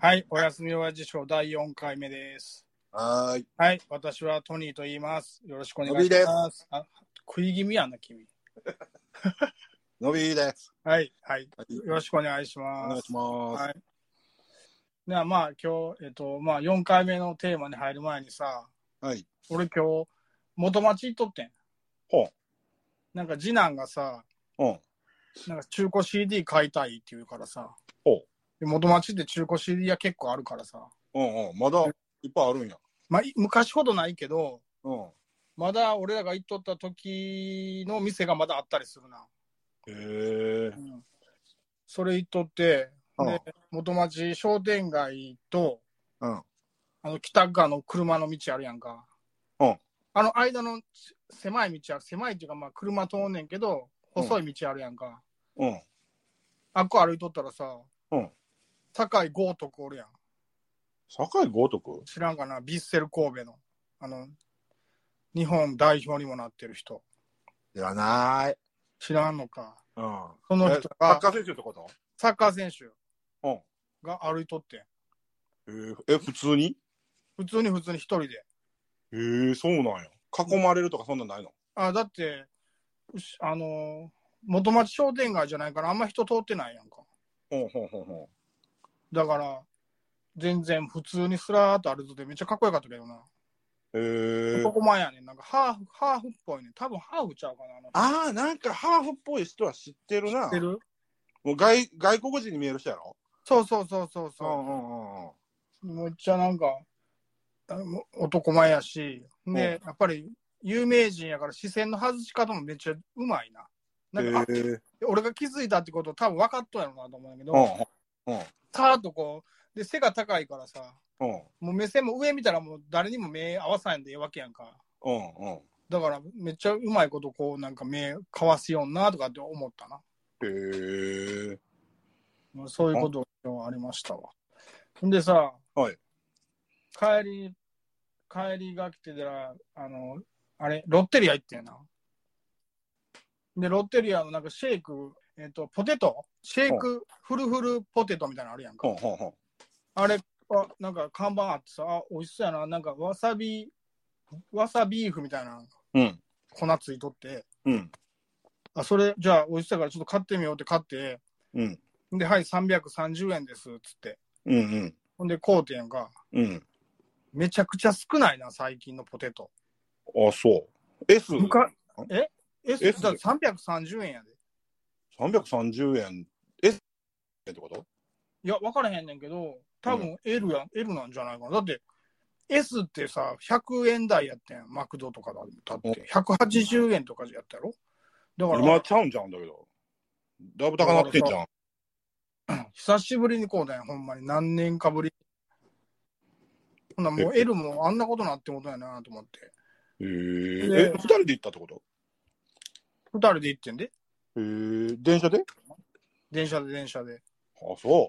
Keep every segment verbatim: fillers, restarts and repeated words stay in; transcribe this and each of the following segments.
はい、おやすみ親父ショーだいよんかいめです。 はーい。 はい、私はトニーと言います。よろしくお願いします。あ、食い気味やな、君。 のびーです。 はい、はい、 はいよろしくお願いします。 お願いします。 はい。では、まあ、今日、えっと、まあ、よんかいめのテーマに入る前にさ、 はい。 俺今日、元町行っとってん。 ほなんか次男がさ、 う。うん。 なんか中古 シーディー 買いたいって言うからさ、 ほう。 で元町って中古 シーディー 屋結構あるからさ、 うんうん。まだいっぱいあるんや。 まあ、い昔ほどないけど、 うん。 まだ俺らが行っとった時の店がまだあったりするな。 へえ。 うん、それ行っとって、 うんで、元町商店街と、 うん。 あの北側の車の道あるやんか。 うん。 あの間の狭い道は、狭いっていうか、まあ車通んねんけど、細い道あるやんか。 うん。 あっこ歩いとったらさ、 うん。 堺豪徳おるやん。 堺豪徳？ 知らんかな、ビッセル神戸の。あの、日本代表にもなってる人。 知らない。 知らんのか。 うん。 その人がサッカー選手ってこと？ サッカー選手うん。 が歩いとってん。 えー、え、普通に？ 普通に普通に一人で。 えー、そうなんや。囲まれるとかそんなんないの？ あ、だって、あのー、元町商店街じゃないからあんま人通ってないやんか。 ほうほうほうほだから、全然普通にスラーっと歩いとってめっちゃかっこよかったけどな。 う。へえ。 男前やねん。なんかハーフ、ハーフっぽいねん。多分ハーフちゃうかな。 ああ、なんかハーフっぽい人は知ってるな。 知ってる？ もう外外国人に見える人やろ？ そうそうそうそうそう。 うんうんうん。 めっちゃなんか、男前やし、で、やっぱり有名人やから視線の外し方もめっちゃうまいな。なんか、 へえ。 俺が気づいたってこと多分分かっとんやろなと思うんだけど、 うんうん。 さーっとこう、で、背が高いからさ、 うん。 もう目線も上見たらもう誰にも目合わさんでええわけやんか。 うんうん。 だからめっちゃうまいことこうなんか目かわすよんなとかって思ったな。 へえ。 そういうことがありましたわ。んでさ、 はい。 帰り、帰りが来てたら、あの、あれ、ロッテリア行ってんな。で、ロッテリアのなんかシェイク、えっ、と、ポテトシェイクフルフルポテトみたいなのあるやんか。 ほうほうほう。 あれ、あ、なんか看板あってさ、あ、美味しそうやな。なんかわさび、わさビーフみたいなうん。 粉ついとって、 うん。 あ、それ、じゃあ美味しそうやからちょっと買ってみようって買って、 うん。 で、はい、さんびゃくさんじゅうえんです、つって。 うんうん。 ほんで、買うてんやんか。 うん。 めちゃくちゃ少ないな、最近のポテト。 あ、そう。S。 むかえ ?S? S だってさんびゃくさんじゅうえんやで。 さんびゃくさんじゅうえん。S ってこと？ いや、分からへんねんけど、多分 L や、うん、L なんじゃないかな。だって、S ってさ、ひゃくえん台やってん。マクドとかだって。ひゃくはちじゅうえんとかやったやろ？だから。 今ちゃうんちゃうんだけど。だいぶ高なってんじゃん。 久しぶりにこうだよ、ほんまに。何年かぶり。ほんなもう L もあんなことなってことやなと思って。 へえ。え、二人で行ったってこと？ 二人で行ってんで。へえ。電車で？ 電車で電車で。 あ、そう。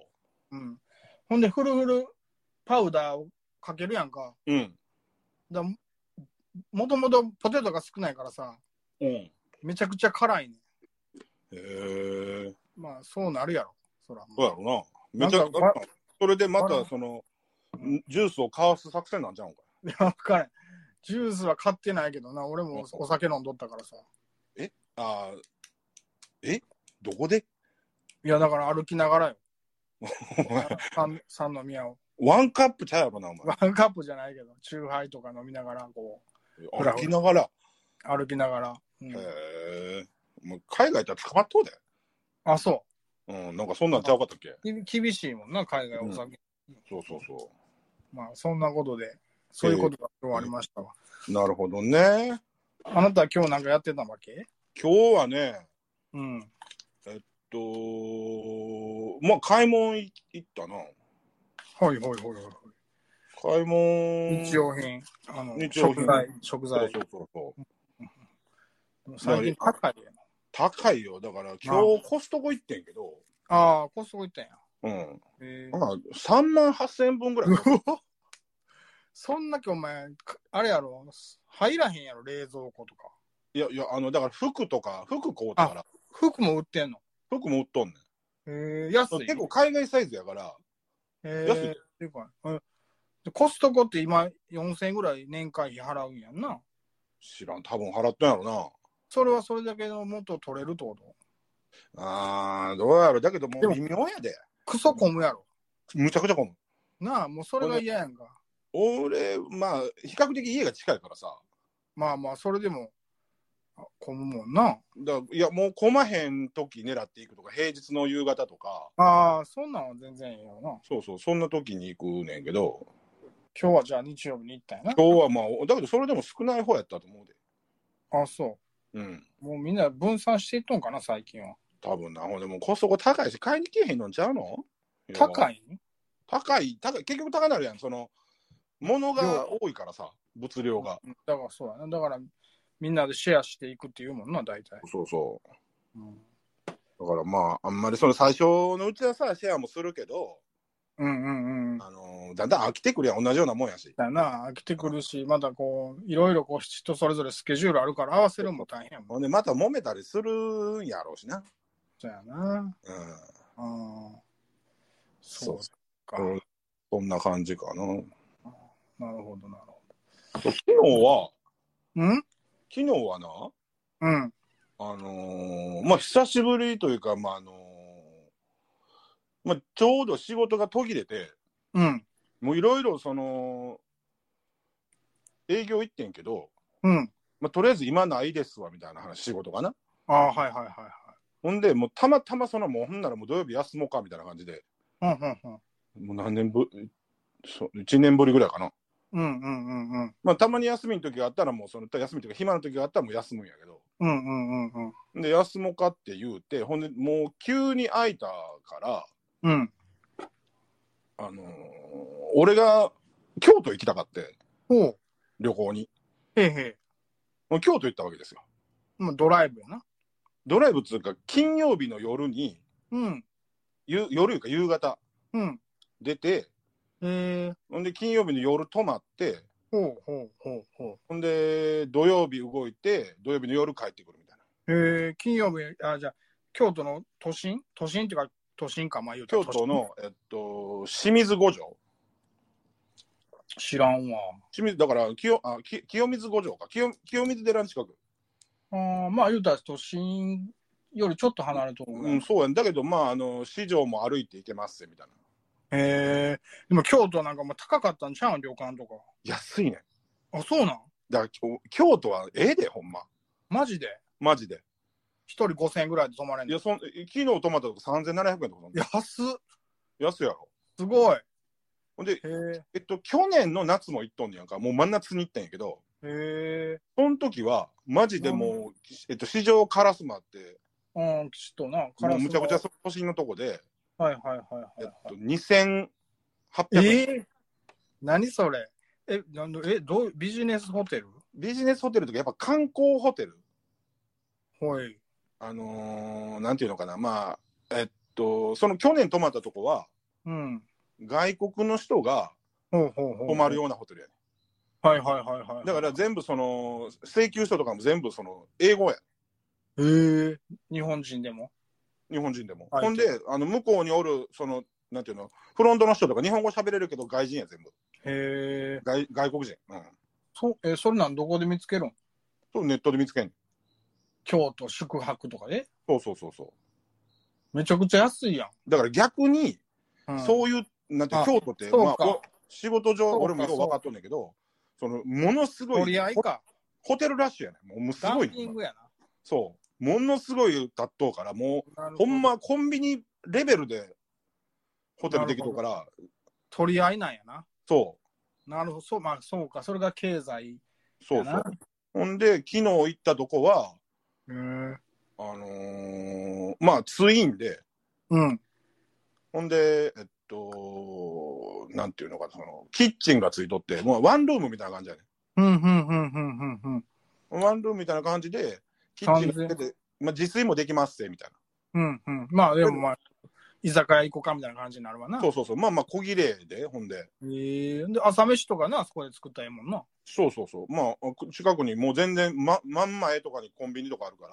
うん。ほんで、フルフルパウダーをかけるやんか。 うん。 だもともとポテトが少ないからさ、 うん。 めちゃくちゃ辛いね。 へえ。 まあ、そうなるやろ。そら。 そうやろな。めちゃくちゃ。それでまたその、ジュースをかわす作戦なんじゃうんか。 いや、わかんない。ジュースは買ってないけどな、俺もお酒飲んどったからさ。 えああ、えどこで？ いや、だから歩きながらよ。三宮を。 ワンカップちゃうやろな、お前。 ワンカップじゃないけど、チューハイとか飲みながら、こう。歩きながら。 歩きながら。 うん、へえ。もう海外行ったら捕まっとうで。 あ、そう。 うん、なんかそんなんちゃうかったっけ？ 厳しいもんな、海外お酒。 うん、そうそうそう。 まあ、そんなことで、そういうことが今日ありましたわ。 なるほどね。 あなたは今日なんかやってたわけ？ 今日はね、 うん。 えっと、まあ、買い物行ったな。はいはいはいはいはい。 買い物。 日用品。あの、 日用品。 食材。食材。 そうそうそうそう。最近高いやな。 高いよ。だから今日コストコ行ってんけど。 ああ、コストコ行ったんや。 うん。へまあ、さんまんはっせんえんぶんぐらい。 そんなきお前、あれやろ、入らへんやろ、冷蔵庫とか。 いやいや、あの、だから服とか、服買うたから。 服も売ってんの？ 服も売っとんねん。 へえ、安い。 結構海外サイズやから、 え安いー、っていうか、えでコストコって今よんせんえんぐらい年会費払うんやんな。 知らん、多分払ったんやろな。 それはそれだけの元取れるってこと？ あー、どうやろ。だけどもう微妙やで。 クソ混むやろ。 むちゃくちゃ混む。 なあ、もうそれが嫌やんか。 俺、まあ、比較的家が近いからさ。 まあまあ、それでもあ混むもんな。 だいや、もう混まへん時狙っていくとか、平日の夕方とか、 ああ、そんなんは全然いいよな。 そうそう、そんな時に行くねんけど、 今日はじゃあ日曜日に行ったんやな。 今日はまあ、だけどそれでも少ない方やったと思うで。 あ、そうん。 う。もうみんな分散していっとんかな、最近は。 多分な、ほんでもコストコ高いし、買いに来えへんのんちゃうの？い高い高い、高い、結局高なるやん。その、物が多いからさ、物量が。 だからそうやな。だからみんなでシェアしていくっていうもんな、大体。 そうそう。 うん、 だからまあ、あんまりその最初のうちはさ、シェアもするけど、 うんうんうん。 あのーだんだん飽きてくるやん、同じようなもんやし。 だな、飽きてくるし、またこう、いろいろこう、人それぞれスケジュールあるから合わせるのも大変やもん。 ほんで、また揉めたりするんやろうしな。 そうやな。 うん。 ああ、 そうそうか。 そう。そんな感じかな。 なるほど、なるほ昨日は、 ど。ん昨日はな、 うん。 あのーまあ、久しぶりというか、まあ、あのーまあ、ちょうど仕事が途切れて、 うん。 もういろいろその、営業行ってんけど、 うん。 まあ、とりあえず今ないですわ、みたいな話、仕事かな。 ああ、はいはいはいはい。 ほんで、もうたまたまその、もうほんならもう土曜日休もうか、みたいな感じで、 うんうんうん。 もう何年ぶり、そういちねんぶりぐらいかな。 うんうんうんうん。 まあ、たまに休みの時があったら、もうその、休みというか暇の時があったらもう休むんやけど、 うんうんうんうん。 で、休もうかって言うて、ほんで、もう急に空いたから、 うん。 あのー俺が京都行きたかってほう。 旅行にへいへもう京都行ったわけですよ。 い。もうドライブやな。 ドライブっていうか金曜日の夜にうん。 ゆ夜いうか夕方うん。 出て、 へえ。 ほんで金曜日の夜泊まって、 ほうほうほうほほんで土曜日動いて土曜日の夜帰ってくるみたいな。 う。へえ。金曜日、あ、じゃあ、京都の都心都心っていうか、都心か、まあ言うたら京都の、えっと、清水五条。 知らんわ。 清水だから清あき清水五条か清清水寺の近く。 あまあ言うたら都心よりちょっと離れるところぐらい。 うん、そうやんだけど、まあ、あの市場も歩いて行けますみたいな。 へえ。でも京都なんかもう高かったんちゃうん旅館とか。 安いね。 あ、そうなんだから京京都はええでほんまマジでマジで。 一人ごせんえんぐらいで泊まれんの？ いや、そん昨日泊まったとこさんぜんななひゃくえんとかそんな安っ。 安いやろ。 すごい。 ほんで、 へえ。 えっと、去年の夏も行っとんねやんか。もう真夏に行ったんやけど、 へえ。 その時は、マジでもう、えっと、市場カラスマって、 うん、きっとな。カもうラスのむちゃくちゃ都心のとこで、 はいはいはいはい、 えっはと、にせんはっぴい。 ゃくえん。 えー、何それえ、なんでえ、どうビジネスホテルビジネスホテルとか、やっぱ観光ホテル。 ほい。 あのー、なんていうのかな。まあ、えっと、その去年泊まったとこは、 うん。 外国の人がほうほうほう。 泊まるようなホテルやね。 はいはいはいはい。 だから全部その、請求書とかも全部その、英語や。 えー、日本人でも日本人でも。 はいほんで、あの、向こうにおる、その、なんていうの、フロントの人とか日本語喋れるけど外人や全部。 へえ。 外外国人。うん。 そ、え、それなんどこで見つけるん？ そうネットで見つけん。 京都宿泊とかでそうそうそうそめちゃくちゃ安いやん。 う。だから逆に、 うん、 そういう、なんて、 あ京都って、 そうかまあ、仕事上、 そうか俺もよう分かっとんねんけど、その、ものすごい、 取り合いか。 ホテルラッシュやねん。もうもうすランごい、 キングやな。 そう。ものすごい立っとうから、もう、 なるほどほんまコンビニレベルでホテルできとうから、 取り合いなんやな。 そなるほど。そう、まあそうか。それが経済う。そうそやな。 う。ほんで、昨日行ったとこは、 へえ。 あのー、まあ、ツインで、 うん。 ほんで、えっと、なんていうのかな、その、キッチンがついとって、もうワンルームみたいな感じやね。 うん、うん、うん、うん、うん、うん。 ワンルームみたいな感じで、キッチンがついて、まあ、自炊もできますって、みたいな。 うん、うん。まあでもまあ、居酒屋行こうかみたいな感じになるわな。 そうそうそう。まあまあ、小切れで、ほんで。 ええで、朝飯とかな、そこで作ったらええもんな。 そうそうそう。まあ、近くにもう全然、ま、真ん前とかにコンビニとかあるから。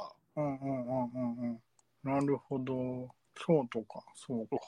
うんうんうんうんうん。なるほど。京都か、そうか。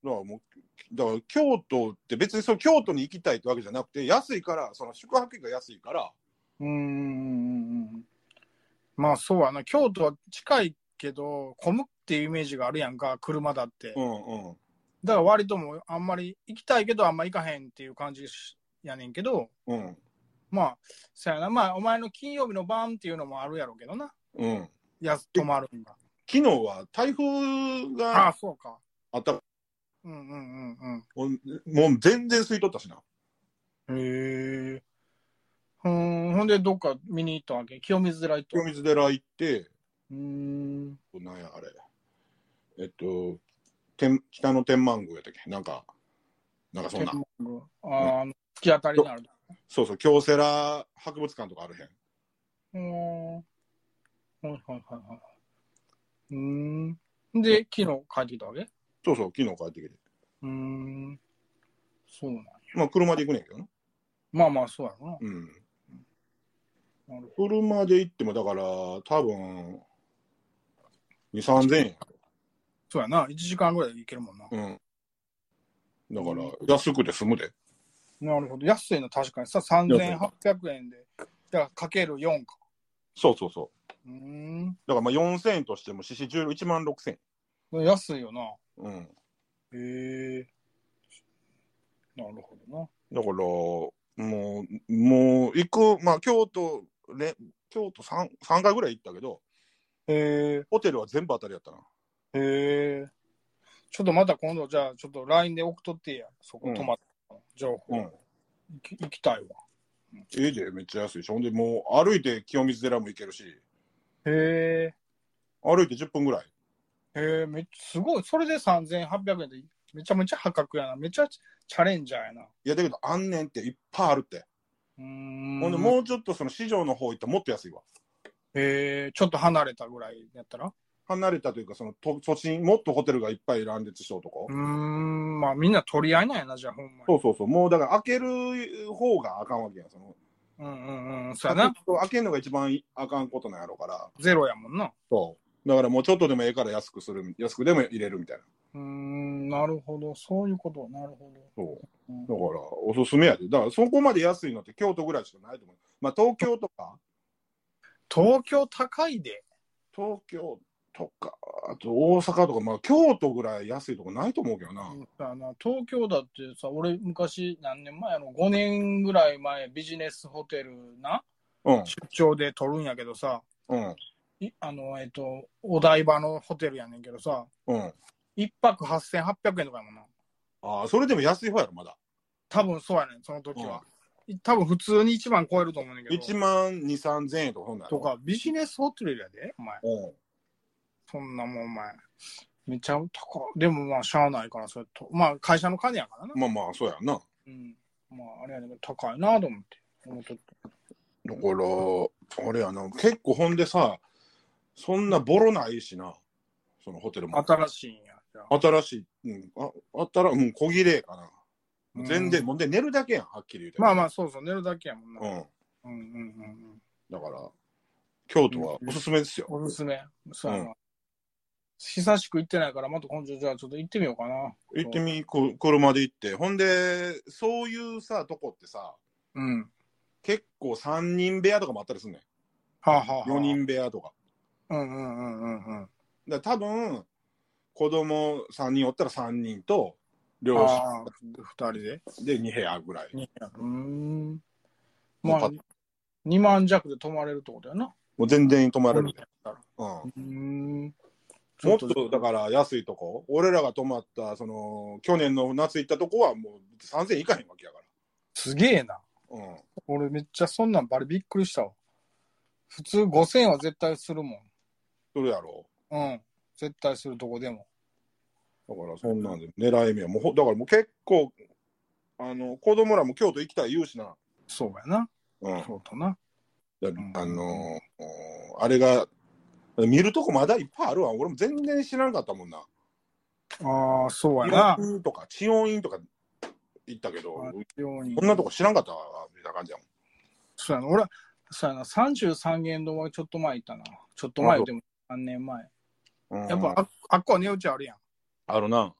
だからもう、だから京都って別にその京都に行きたいってわけじゃなくて、安いから、その宿泊費が安いから。 うーん。まあそうやな。京都は近いけど、混むっていうイメージがあるやんか、車だって。 うんうん。 だから割ともうあんまり行きたいけどあんま行かへんっていう感じやねんけど、 うん。 まあ、そうやな。まあ、お前の金曜日の晩っていうのもあるやろうけどな。 うん。 や泊まるんだ。 昨日は台風ああ、 がそうか。 あった。 うんうんうんもうもう全然吸い取ったしな。 うん。へえ。うん、ほんでどっか見に行ったわけ？清水寺行った。 清水寺行って、 うーん。 なんやあれ。えっと、天北の天満宮やったっけなんか、なんかそんな。 天満宮。ああ、突き当たりになる。 そうそう、京セラ博物館とかあるへん。 うーん。はいはいはいはい。うーん。で、昨日帰ってきたわけ？ そうそう、昨日帰ってきて。 うーん。そうなんや。 まあ、車で行くねんけどな。 まあまあ、そうやろな。 うん。 なるほど。 車で行っても、だから、多分、に、さんぜんえん。 そうやな。いちじかんぐらいで行けるもんな。 うん。だから、安くて済むで。 なるほど。安いの確かにさ、さんぜんはっぴゃくえんで。だからかけるよんか。 そうそうそう。 うーん。 だからまあよんせんえんとしても、ししじゅういちまんろくせんえん。 安いよな。 うん。 へえ。なるほどな。 だから、もう、もう、行く、まあ、京都、ね、京都 3, さんかいぐらい行ったけど、 へえ。 ホテルは全部当たりやったな。 へえ。ちょっとまた今度、じゃあ、ちょっと ライン で送っとってや。そこ泊まった情報。 うん。 行き行きたいわ。 ええで、めっちゃ安いし。ほんで、もう、歩いて清水寺も行けるし、 へえ。 歩いてじゅっぷんぐらい。 へえ、めっちゃすごい。それでさんぜんはっぴゃくえんでめちゃめちゃ破格やな。めちゃチャレンジャーやな。 いや、だけど、あんねんっていっぱいあるって。 うーん。 ほんで、もうちょっとその市場の方行ったらもっと安いわ。 へえ、ちょっと離れたぐらいやったら離れたというか、そのと土地にもっとホテルがいっぱい乱立しとうとこ。 うーん。まあみんな取り合いなんやな、じゃあほんまに。 そうそうそう。もうだから開ける方があかんわけやん。そのうんうんうん。そうやな。 開けるのが一番あかんことなんやろうから。 ゼロやもんな。 そう。だからもうちょっとでもええから安くする、安くでも入れるみたいな。 うーん、なるほど。そういうこと。なるほど。 そう。 うん、 だから、おすすめやで。だから、そこまで安いのって京都ぐらいしかないと思う。まあ、東京とか、 東京高いで。 東京とか、あと大阪とか、まあ、京都ぐらい安いとこないと思うけどな。 あの東京だってさ、俺昔何年前やろ、ごねんぐらい前ビジネスホテルな、 うん。 出張で取るんやけどさ、 うん。 いあの、えっと、お台場のホテルやねんけどさ、 うん。 一泊はっせんはっぴゃくえんとかやもんな。 ああ、それでも安い方やろ、まだ。 多分そうやねん、その時は。多分普通にいちまん超えると思うねんけど。 いちまんに、さんぜんえんとかそんなんやろ。 とか、ビジネスホテルやで、お前。 うん。 そんなもん、お前。めっちゃ高い。でもまあ、しゃあないから、それと。まあ、会社の金やからな。 まあまあ、そうやな。 うん。まあ、あれやねんけど、高いなと思って。思っとって。 だから、あれやな、結構ほんでさ、そんなボロないしな、そのホテルも。 新しいんや。じゃあ新しい、うん、ああったら、うん、小切れかな。 うん全然、もうで寝るだけやん、はっきり言うて。 まあまあ、そうそう、寝るだけやもんな。 うん。 うんうんうんうん。 だから、京都はおすすめですよ。 おすすめ。そうやな。久しく行ってないから、また今度じゃあちょっと行ってみようかな。 行ってみ、く車で行って。ほんで、そういうさ、とこってさ、 うん。 結構さんにん部屋とかもあったりすんねん。 はあ、はあはあ、 よにん部屋とか。 うんうんうんうんうん。 だから多分、子供さんにんおったらさんにんと、両親ふたりででに部屋ぐらい。 に部屋。うーん。まあ、にまん弱で泊まれるってことやな。 もう全然泊まれる。 うん。うーん。 もっとだから安いとこ、俺らが泊まったその去年の夏行ったとこはもうさんぜんいかへんわけやかすげえな。 ら。うん。 俺めっちゃそんなんバリびっくりしたわ。普通ごせんえんは絶対するもん。 それやろ。 うん。絶対するとこでも。 だからそんなんで狙い目はもうほだからもう結構あの子供らも京都行きたい言うしな。 そうやな。 うん。 京都な。 だあのー、あれが見るとこまだいっぱいあるわ。俺も全然知らんかったもんな。 ああ、そうやな。 イオンとか知音院とか行ったけど、 こんなとこ知らんかったわみたいな感じやもん。 そうやな。俺、そうやな。さんじゅうさんげん堂はちょっと前行ったな。ちょっと前でもさんねんまえ。 うん、 やっぱあ、あっこは値打ちあるやん。 あるな。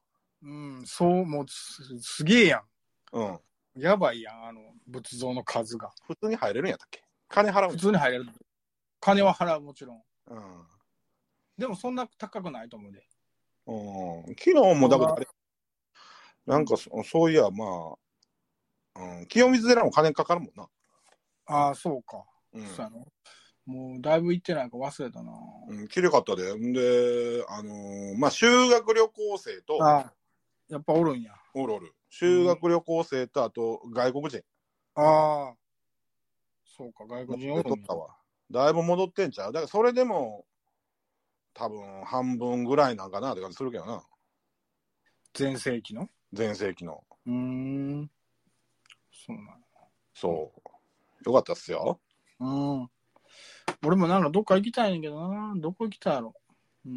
うん、そう、もうす、すげえやうん。 ん。やばいやん、あの、仏像の数が。 普通に入れるんやったっけ？金払うん普や。 通に入れる。金は払う、もちろん。 うん。 でもそんな高くないと思うで。 うん。昨日もだからあれ、なんかそ、そういや、まあ、うん、清水寺も金かかるもんな。 ああ、そうか。 うん。 そうやの。もう、だいぶ行ってないか忘れたな。 うん、きれかったで。んで、あのーまあ、修学旅行生と、 ああ、やっぱおるんや。 おるおる。修学旅行生と、あと、外国人。 ああ、そうか、外国人おでるんや。 取ったわ。だいぶ戻ってんちゃう？だからそれでも、多分半分ぐらいなんかなって感じするけどな。 全盛期の全盛期の。 うーん。そうなんや。 そう。よかったっすよ。 うん。俺もなんかどっか行きたいんやけどな。どこ行きたいやろ。うん。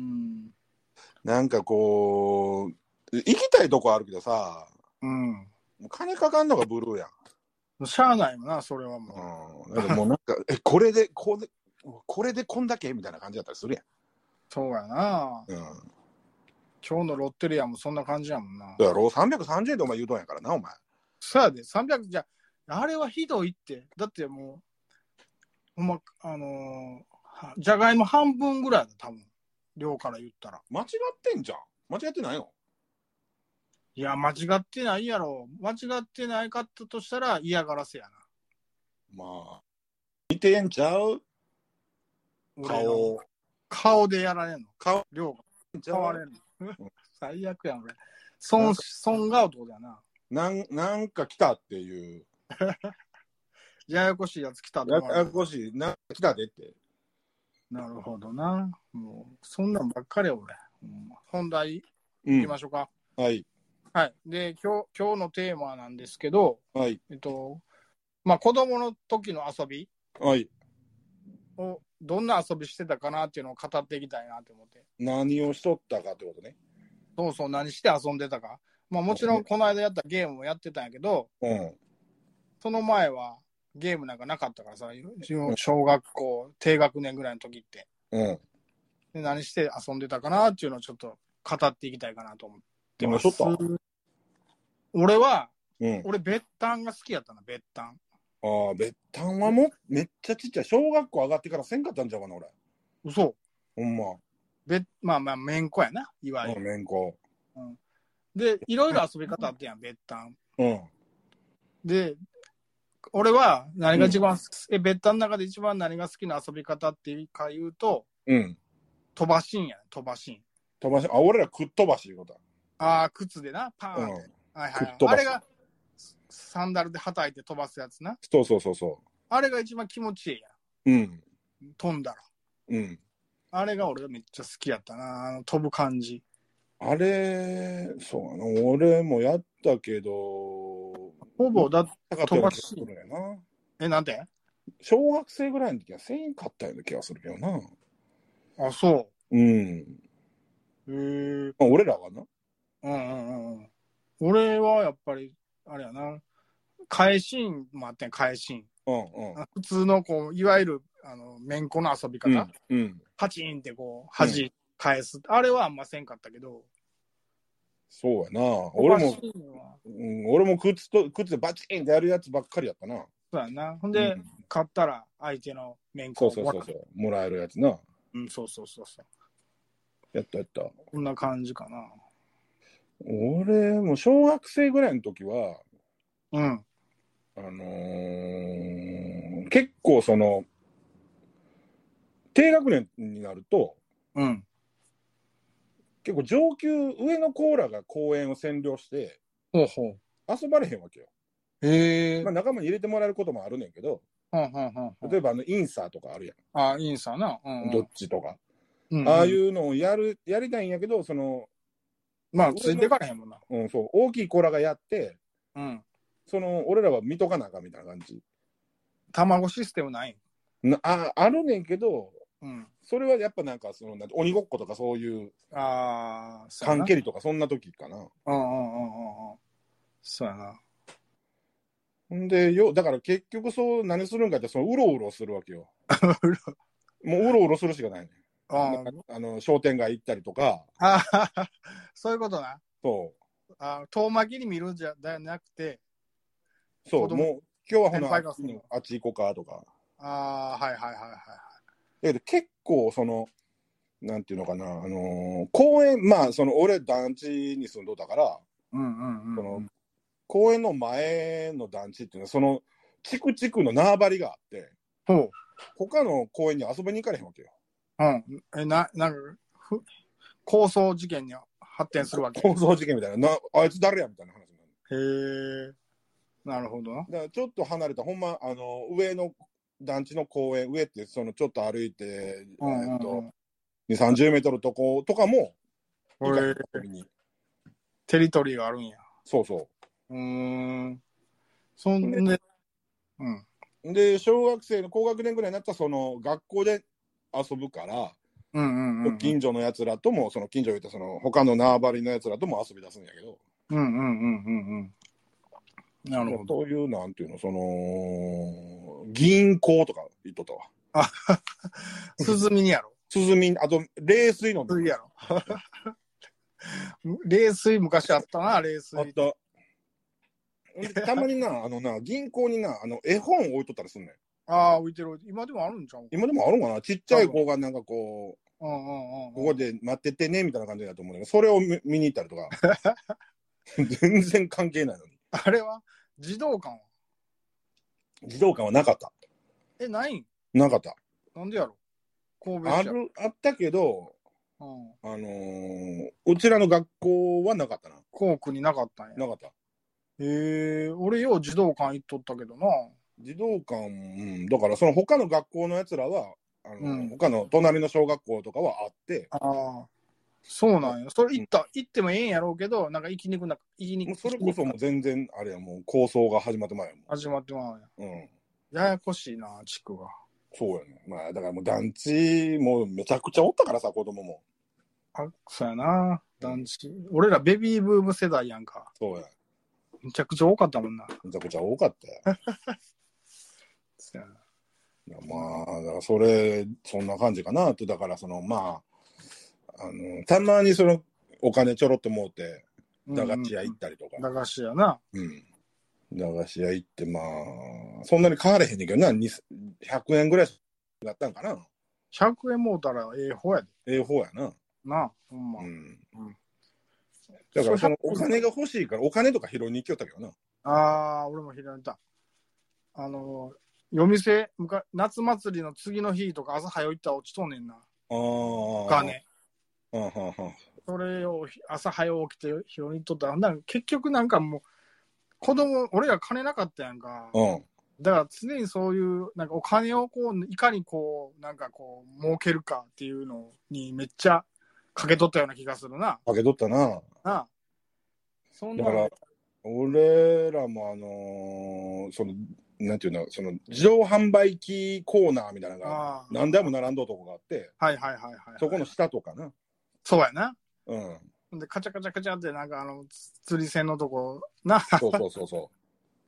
なんかこう、行きたいとこあるけどさ、 うん。 もう金かかんのがブルーやん。 しゃあないもんな、それはもうん。だからもうなんか、え、これで、これ、これでこんだけみたいな感じだったりするやん。 う。そうやな。 うん。 今日のロッテリアもそんな感じやもんな。 だから、さんびゃくさんじゅうえんでお前言うとんやからな、お前。 そうやで、さんびゃく、じゃあれはひどいって。だってもう、ほんま、あのー、じゃがいも半分ぐらいだ、多分。量から言ったら。 間違ってんじゃん。間違ってないよ。 いや、間違ってないやろ。間違ってないかったとしたら嫌がらせやな。 まあ、似てんちゃう顔。 顔でやられんの。 顔。 量が変変われんの。最悪やん、俺。損、損が男だな。 なん、なんか来たっていう。 ややこしいやつ来たとや思う。 やこしい。なんか来たでって。 なるほどな。もう、そんなんばっかりや、俺。うん、本題うん行きましょうか。 はい。 はい。で、今日、今日のテーマなんですけど、 はい。 えっと、まあ、子供の時の遊びはい。 を、どんな遊びしてたかなっていうのを語っていきたいなと思って。 何をしとったかってことね。 そうそう、何して遊んでたか。まあ、もちろん、この間やったゲームもやってたんやけど、 うん。 その前はゲームなんかなかったからさ、小学校低学年ぐらいの時って。 うん。 で何して遊んでたかなっていうのをちょっと語っていきたいかなと思ってます。 何しとった？ 俺は、 うん。 俺、別単が好きやったな、別単。 ああ、別単はもめっちゃちっちゃい。小学校上がってからせんかったんちゃうかな、俺。 嘘。 ほんま。 別、まあまあ、めんこやな、いわゆうん、 る。 めんこ。 うん、で、いろいろ遊び方あってやん、別単。 うん。 で、俺は何が一番、うん、え、別単の中で一番何が好きな遊び方っていうか言うと、 うん。 飛ばしんやね、飛ばしん。 飛ばし、あ、俺らくっ飛ばしいうことだ。 ああ、靴でな、パーンって。うん、はいはい、はい。あれが、サンダルではたいて飛ばすやつな。 そうそうそうそう。 あれが一番気持ちいいやん。 うん。 飛んだら。 うん。 あれが俺がめっちゃ好きやったな、あの飛ぶ感じ。 あれ、そうなの、俺もやったけど、 ほぼだ飛ばし。え、なんで？ 小学生ぐらいの時はせんかったような気がするけどな。 あ、そう。 うん。 へえ。 まあ、俺らはな。 うんうんうん。俺はやっぱり、あれやな。返しんもあってん、返しん。 うんうん。 普通の、こう、いわゆる、あの、めんこの遊び方。 うんうん、 パチンってこう、端返す、うん。あれはあんませんかったけど。 そうやな。俺も、うん、俺も靴と、靴でバチンってやるやつばっかりやったな。 そうやな。ほんで、うん、買ったら相手のめんこをもらえる。そうそうそうそう。もらえるやつな。 うん、そうそうそうそう。 やったやった。 こんな感じかな。 俺も小学生ぐらいの時は、 うん。 あのー、結構その、低学年になると、 うん。 結構上級、上のコーラが公園を占領して、 ほうほう。 遊ばれへんわけよ。 へえ。 まあ仲間に入れてもらえることもあるねんけど、 はんはんはんはん、 例えばあのインサーとかあるやん。 ああ、インサーな。うんうん、 どっちとか。 うんうん、 ああいうのをやる、やりたいんやけど、その、 まあ、ついてかれへんもんな。 うん、そう。大きいコーラがやって、 うん。 その、俺らは見とかなあかんみたいな感じ。 卵システムないなあ、あるねんけど、 うん。 それはやっぱなんか、その、なん鬼ごっことかそういう、 ああ、 缶蹴りとかそんな時かな。 うんうんうんうんうん。そうやな。 んで、よ、だから結局そう、何するんかって、その、うろうろするわけよ。もううろうろするしかないね。ああの、商店街行ったりとか。 あそういうことな。 そあ遠巻きに見るんじゃなくて、 そう、もう今日はほな、 先輩がするのあっち行こうかとか。 ああ、はいはいはいはい。 だけど結構、その、なんていうのかな、あのー公園、まあ、その、俺、団地に住んどったから、 うんうんうん、 そのうん。 公園の前の団地っていうのは、その、地区地区の縄張りがあって、 ほ他の公園に遊びに行かれへんわけよ。 う。うん。え、な、なんか、ふ抗争事件に発展するわけ。 抗争事件みたいな、なあいつ誰やみたいな話になへる。 え。なるほどな。 だからちょっと離れた、ほんま、あの、上の団地の公園、上って、その、ちょっと歩いて、 うんえっと、 うんうん。 に、さんじゅうメートルとことかも、行かへん、 へえ。 遊びに。 テリトリーがあるんや。 そうそうーん。そう。で、 んで、うん。 で、小学生の高学年ぐらいになったら、その、学校で遊ぶから、 うんうんうんうん。 近所のやつらとも、その近所言うと、その、他の縄張りのやつらとも遊び出すんやけど、 うんうんうんうんうん。なるほど。 そういう、なんていうの、その、銀行とか言っとったわ。 あ、涼みにやろ。 涼み、あと、冷水飲んで水やろ。冷水昔あったな、冷水。 あった。でたまにな、あのな、銀行にな、あの、絵本置いとったりすんねん。 ああ、置いてる。今でもあるんちゃうか。 今でもあるんかな、ちっちゃい子がなんかこう、 うんうんうんうん。 ここで待っててね、みたいな感じだと思うんだけど、それを見見に行ったりとか、全然関係ないのに。 あれは児童館は児童館はなかった。 え、ないんなかった。 なんでやろ神戸市やろ。 ある、あったけど、 うん。 あのーうちらの学校はなかったな。 校区になかったんや。 なかった。 へえ、俺よう児童館行っとったけどな。 児童館、うん、だからその他の学校のやつらは、あのーうん他の隣の小学校とかはあって、 ああ、そうなんや。それ行った、行ってもええんやろうけど、なんか行きにくな、行きにくもうそれこそもう全然、あれや、もう構想が始まって前やもん。 始まってまうんや。 うん。 ややこしいな、地区が。 そうやね。まあ、だからもう団地、もうめちゃくちゃおったからさ、子供も。 あ、そうやな、団地。俺らベビーブーム世代やんか。 そうや。 めちゃくちゃ多かったもんな。 めちゃくちゃ多かったよ。 そうやな。 いやまあ、だからそれ、そんな感じかなって、だからその、まあ、あの、たまにその、お金ちょろっと持って、駄菓子屋行ったりとか。 駄菓子屋な。 うん。駄菓子屋行って、まあ、そんなに買われへんねんけどな、にひゃくえんぐらいだったんかな。 ひゃくえんもうたらええ方やで。 ええ方やな。 なあ、ほんま。 ううん。 ん。だからそのお金が欲しいから、お金とか拾いに行きよったけどな。 ああ、俺も開いた。あの、夜店、むか夏祭りの次の日とか朝早行ったら落ちとんねんな。 ああ。 金。 はんはんはん。 それを朝早起きて拾いに行っとったら、なんか結局なんかもう、子供、俺ら金なかったやんか。 うん。 だから常にそういう、なんかお金をこう、いかにこう、なんかこう、儲けるかっていうのにめっちゃかけとったような気がするな。 かけとったな。 なあ。そんなだから、俺らもあのーその、なんていうの、その、自動販売機コーナーみたいなのが、何台も並んどるとこがあって、 はいはいはいはい、はい。 そこの下とかな。 そうやな。 うん。 で、カチャカチャカチャって、なんかあの、釣り線のとこ、な。 そうそうそうそう。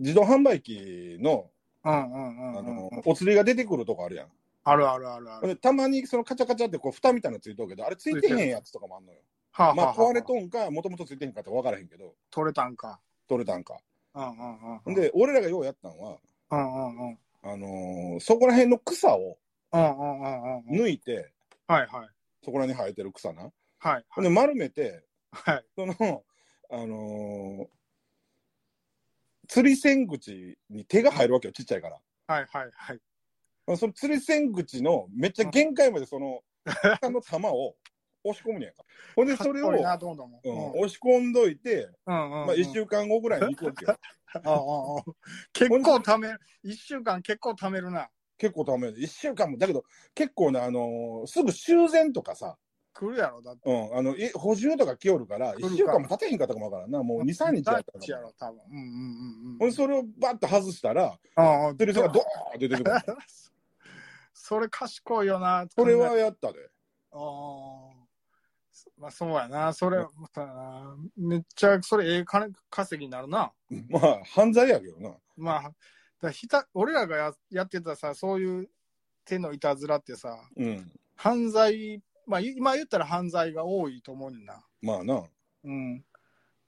自動販売機の、 うんうんうん、うん、 あの、お釣りが出てくるとこあるやん。 あるあるあるある。 でたまにそのカチャカチャってこう蓋みたいなのついとるけど、あれついてへんやつとかもあんのよ。 はあ、はあ、 まあ壊れんとんか、もともとついてへんかって分からへんけど、 取れたんか。 取れたんか。 うんうんうんうん。 で、俺らがようやったんは、 うんうんうん。 あのーそこら辺の草をうんうんうんうん。 抜いて、 はいはい。 そこら辺に生えてる草な。 はいはい。 で、丸めて、 はい。 その、あのー釣り線口に手が入るわけよ、ちっちゃいから。 はいはいはい。 その釣り線口のめっちゃ限界までその、下の玉を押し込むねやんか。ほんで、それを、うん、 などんどんうん、 押し込んどいて、 うんうんうん、 まあ、いっしゅうかんごぐらいに行くわけよ。 あああ結構貯める。いっしゅうかん結構貯めるな。 結構貯める。いっしゅうかんも。だけど、結構ね、あのーすぐ修繕とかさ、 来るやろ、だって。 うん、あの、い補充とか来よるから、いっしゅうかんも経てへんかったかもわからんな。もうに、さんにちやったかやろ、多分。うんうんうんうん。 ほんで、それをバッと外したら、 ああ、 釣り線がドーンって出てくる。 それ賢いよな。 それはやったで。 ああ。まあそうやな。それ、そうやな。めっちゃ、それええ金稼ぎになるな。 まあ、犯罪やけどな。 まあ、だひた俺らが や, やってたさ、そういう手のいたずらってさ、 うん。 犯罪、まあ今言ったら犯罪が多いと思うねんな。 まあな。 うん。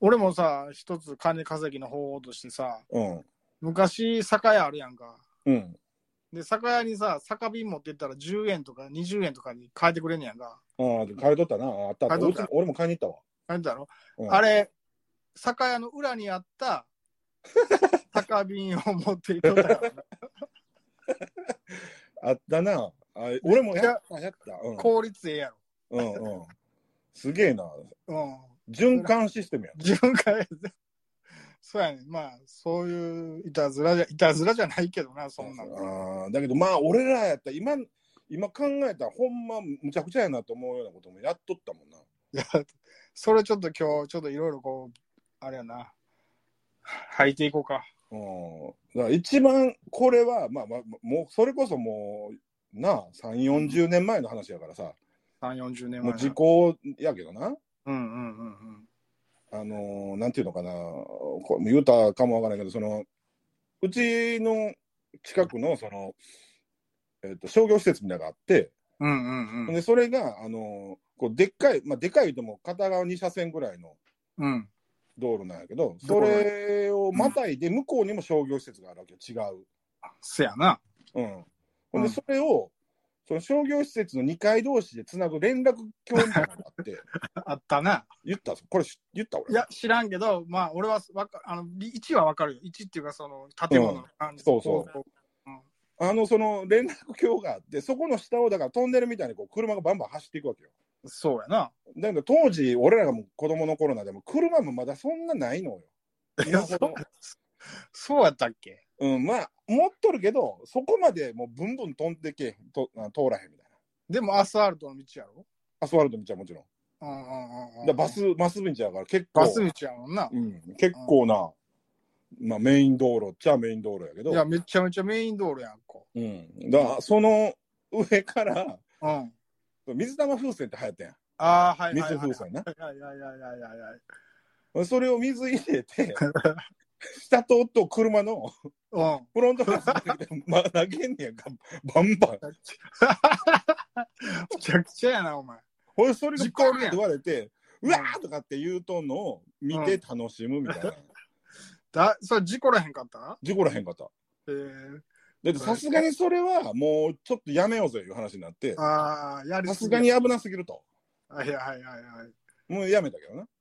俺もさ、一つ金稼ぎの方法としてさ、 うん。 昔、酒屋あるやんか。 うん。 で、酒屋にさ、酒瓶持ってったらじゅうえんとかにじゅうえんとかに変えてくれんねやんか。 ああ、買い取ったな。あったあった。 買い取ったうち俺も買いに行ったわ。 あれだろ、 うん、 あれ、酒屋の裏にあった酒瓶を持っていとったからな。 あったな。あ俺もやった、やった。うん、 効率ええやろ。 うんうん。すげえな。 うん。 循環システムや。 自分からそうやね。まあ、そういういたずらじゃ、いたずらじゃないけどな、そんなの。あだけど、まあ、俺らやったら、今、今考えたら、ほんま、むちゃくちゃやなと思うようなこともやっとったもんな。いや、それちょっと今日、ちょっといろいろこう、あれやな、吐いていこうか。 うん。だから一番、これは、まあ、まあ、もう、それこそもう、なあ、さん、よんじゅうねんまえの話やからさ。 さん、よんじゅうねんまえ。 もう時効やけどな。 うんうんうんうん。 あのー、なんていうのかな、これ言うたかもわからないけど、その、うちの近くの、その、えっと、商業施設みたいなのがあって、 うんうんうん。 で、それが、あのー、こう、でっかい、まあ、でかいとも片側に車線ぐらいのうん。 道路なんやけど、それをまたいで、向こうにも商業施設があるわけよ、違う。 せやな。 うん。ほうんんで、それを、その商業施設のにかい同士でつなぐ連絡橋みたいなのがあって、 あったな。 言ったこれ言った俺。 いや、知らんけど、まあ、俺はわか、あの、いちはわかるよ。いちっていうか、その、建物の感じ、 うんそうそうこう。うん、 あの、その連絡橋があって、そこの下を、だからトンネルみたいにこう車がバンバン走っていくわけよ。 そうやな。 だけど当時、俺らがもう子供の頃なんで、も車もまだそんなないのよ。今ほど。 そうやったっけ？ うん、まあ、持っとるけど、そこまでもうブンブン飛んでけと通らへんみたいな。 でもアスファルトの道やろ？ アスファルトの道はもちろん。 うんうんうん、 だバス、バス道やから結構。 バス道やもんな。 うん、結構な、うん、まあメイン道路っちゃメイン道路やけど。 いや、めちゃめちゃメイン道路やんか。 うん。だから、その上から、 うん。 水玉風船って流行ったやん。 ああ、はいはいはい。 水風船な。 はいはいはいはいはいはい。それを水入れて、下通っと車のうん。 フロントガラスで、ま、投げんねやんか、バンバン。 むちゃくちゃやな、お前。 ほいそれが事故るやん言われて、うわーとかって言うとんのを見て楽しむみたいな。うん、 だそれ事故らへんかった？ 事故らへんかった。 えー、 だってさすがにそれはもうちょっとやめようぜいう話になって、 ああ、やりさすがに危なすぎると。 はいはいはいはい。 もうやめたけどな。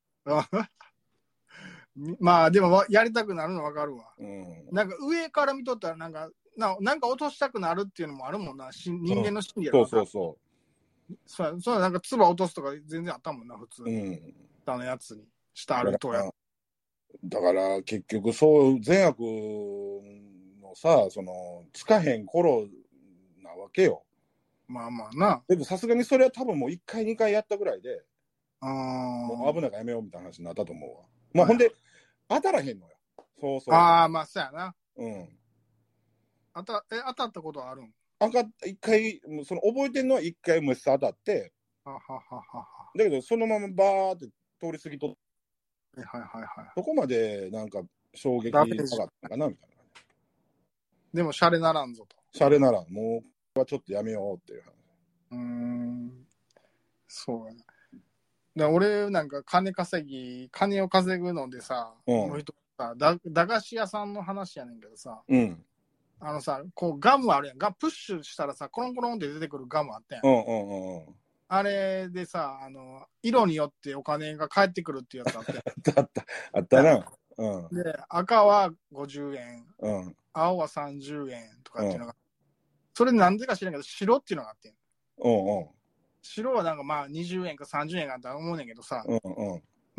まあでもやりたくなるの分かるわ、 うん、 なんか上から見とったらなんかななんか落としたくなるっていうのもあるもんな、人間の心理やろ、 うん、そうそうそうそうそうなんか唾落とすとか全然あったもんな普通に、うん、下のやつに下あるとやだから結局そう善悪のさそのつかへん頃なわけよ。 まあまあな。 でもさすがにそれは多分もういっかいにかいやったぐらいで、 あもう危ないからやめようみたいな話になったと思うわ。まあ、ほんで当たらへんのよ。そうそう。 ああまあそうやな。 うん。 当たえ当たったことあるん？ あか一回その覚えてんのは一回虫当たって、 ははははだけどそのままバーって通り過ぎと、 はいはいはいはい。 そこまでなんか衝撃なかったかなみたいな。 でもシャレならんぞと。 シャレならもうはちょっとやめようっていう話。 うーん。そうやな。で俺なんか金稼ぎ金を稼ぐのでさ、 うん、 もう一つさだ駄菓子屋さんの話やねんけどさ、 うん、 あのさこうガムあるやん、ガプッシュしたらさコロンコロンって出てくるガムあったやん、 うんうんうんうん、 あれでさあの色によってお金が返ってくるっていうやつあったあったあったな、うん、 で赤はごじゅうえん、 うん、 青はさんじゅうえんとかっていうのが、うん、それなんでか知らんけど白っていうのがあってん、 うんうん、 白はなんかまあにじゅうえんかさんじゅうえんかと思うねんけどさ、 うんうん、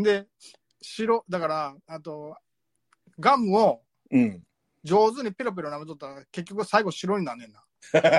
で白だからあとガムを上手にペロペロ舐めとったら結局最後白になんねんな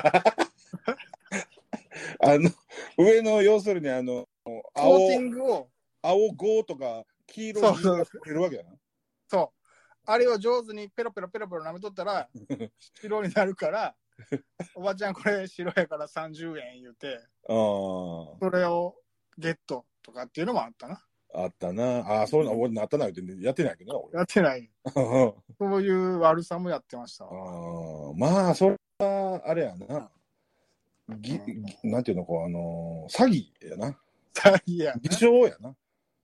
あの上の要するにあの青コーティングを青ごとか黄色に取れるわけやな。 そうあれを上手にペロペロペロペロ舐めとったら白になるからおばちゃんこれ白やからさんじゅうえん言うて、あそれをゲットとかっていうのもあったな。 あったな。あ、そういうの俺なったないってやってないけどな、俺。 やってない。そういう悪さもやってました。あまあ、それは、あれやな。ぎ、ぎなんていうの、こう、あのー、詐欺やな。 詐欺やな。 偽証やな。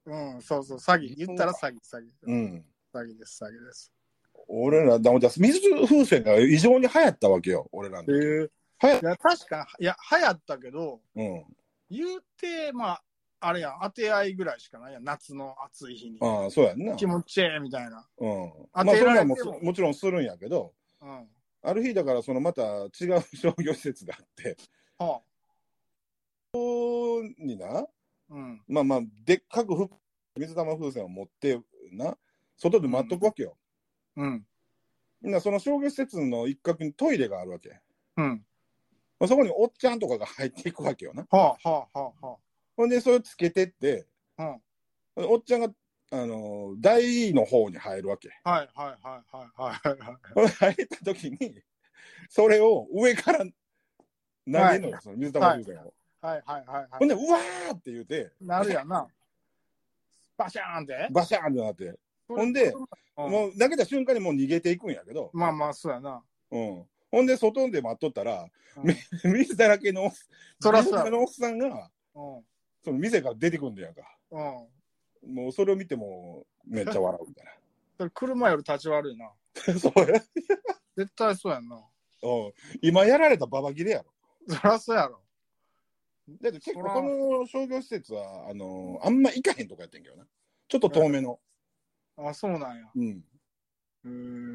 うん、そうそう、詐欺。言ったら詐欺、詐欺。 うん。 詐欺です、詐欺です。 俺ら、だから水風船が異常に流行ったわけよ、俺らの時。 へえ。 流行っいや、確か、いや、流行ったけど、 うん。 言うて、まあ、あれやん、当て合いぐらいしかないやん、夏の暑い日に。 ああ、そうやんな。 気持ちええみたいな。 うん。 当まあ、そんなんもてられても。 もちろんするんやけど、 うん。 ある日だからそのまた違う商業施設があって、 はそこにな、 あ。うん。 まあまあ、でっかくふ水玉風船を持ってな、外で待っとくわけよ。 うん。 みんなその商業施設の一角にトイレがあるわけ。 うん。 まあ、そこにおっちゃんとかが入っていくわけよな。 はあ、はあ、はあ、はほんで、それをつけてって、 あ。うん。 おっちゃんが、あのー台の方に入るわけ。 はい、はい、はい、はい、はい、はい。 ほんで入った時に、それを上から投げるのよ、その水玉風船を。 はい、はい、はい。 ほんで、うわーって言うて、 なるやんな。バシャーンってバシャーンってなって、ほんで、もう投げた瞬間にもう逃げていくんやけど、 まあまあ、そうやな。 うん。ほんで、外で待っとったら、 うん、 水だらけの、 そらそうや水のおっさんが、 うん、 その店から出てくんでやんか。 うん。 もうそれを見てもめっちゃ笑うみたいそれ車より立ち悪いな。 な。そうや。 絶対そうやんな。 うん。今やられたババ切れやろ。 そらそうやろ。 だって結構この商業施設は、あのー、あんま行かへんとかやってんけどな。ちょっと遠めの。 あ、そうなんや。 うん。 うん。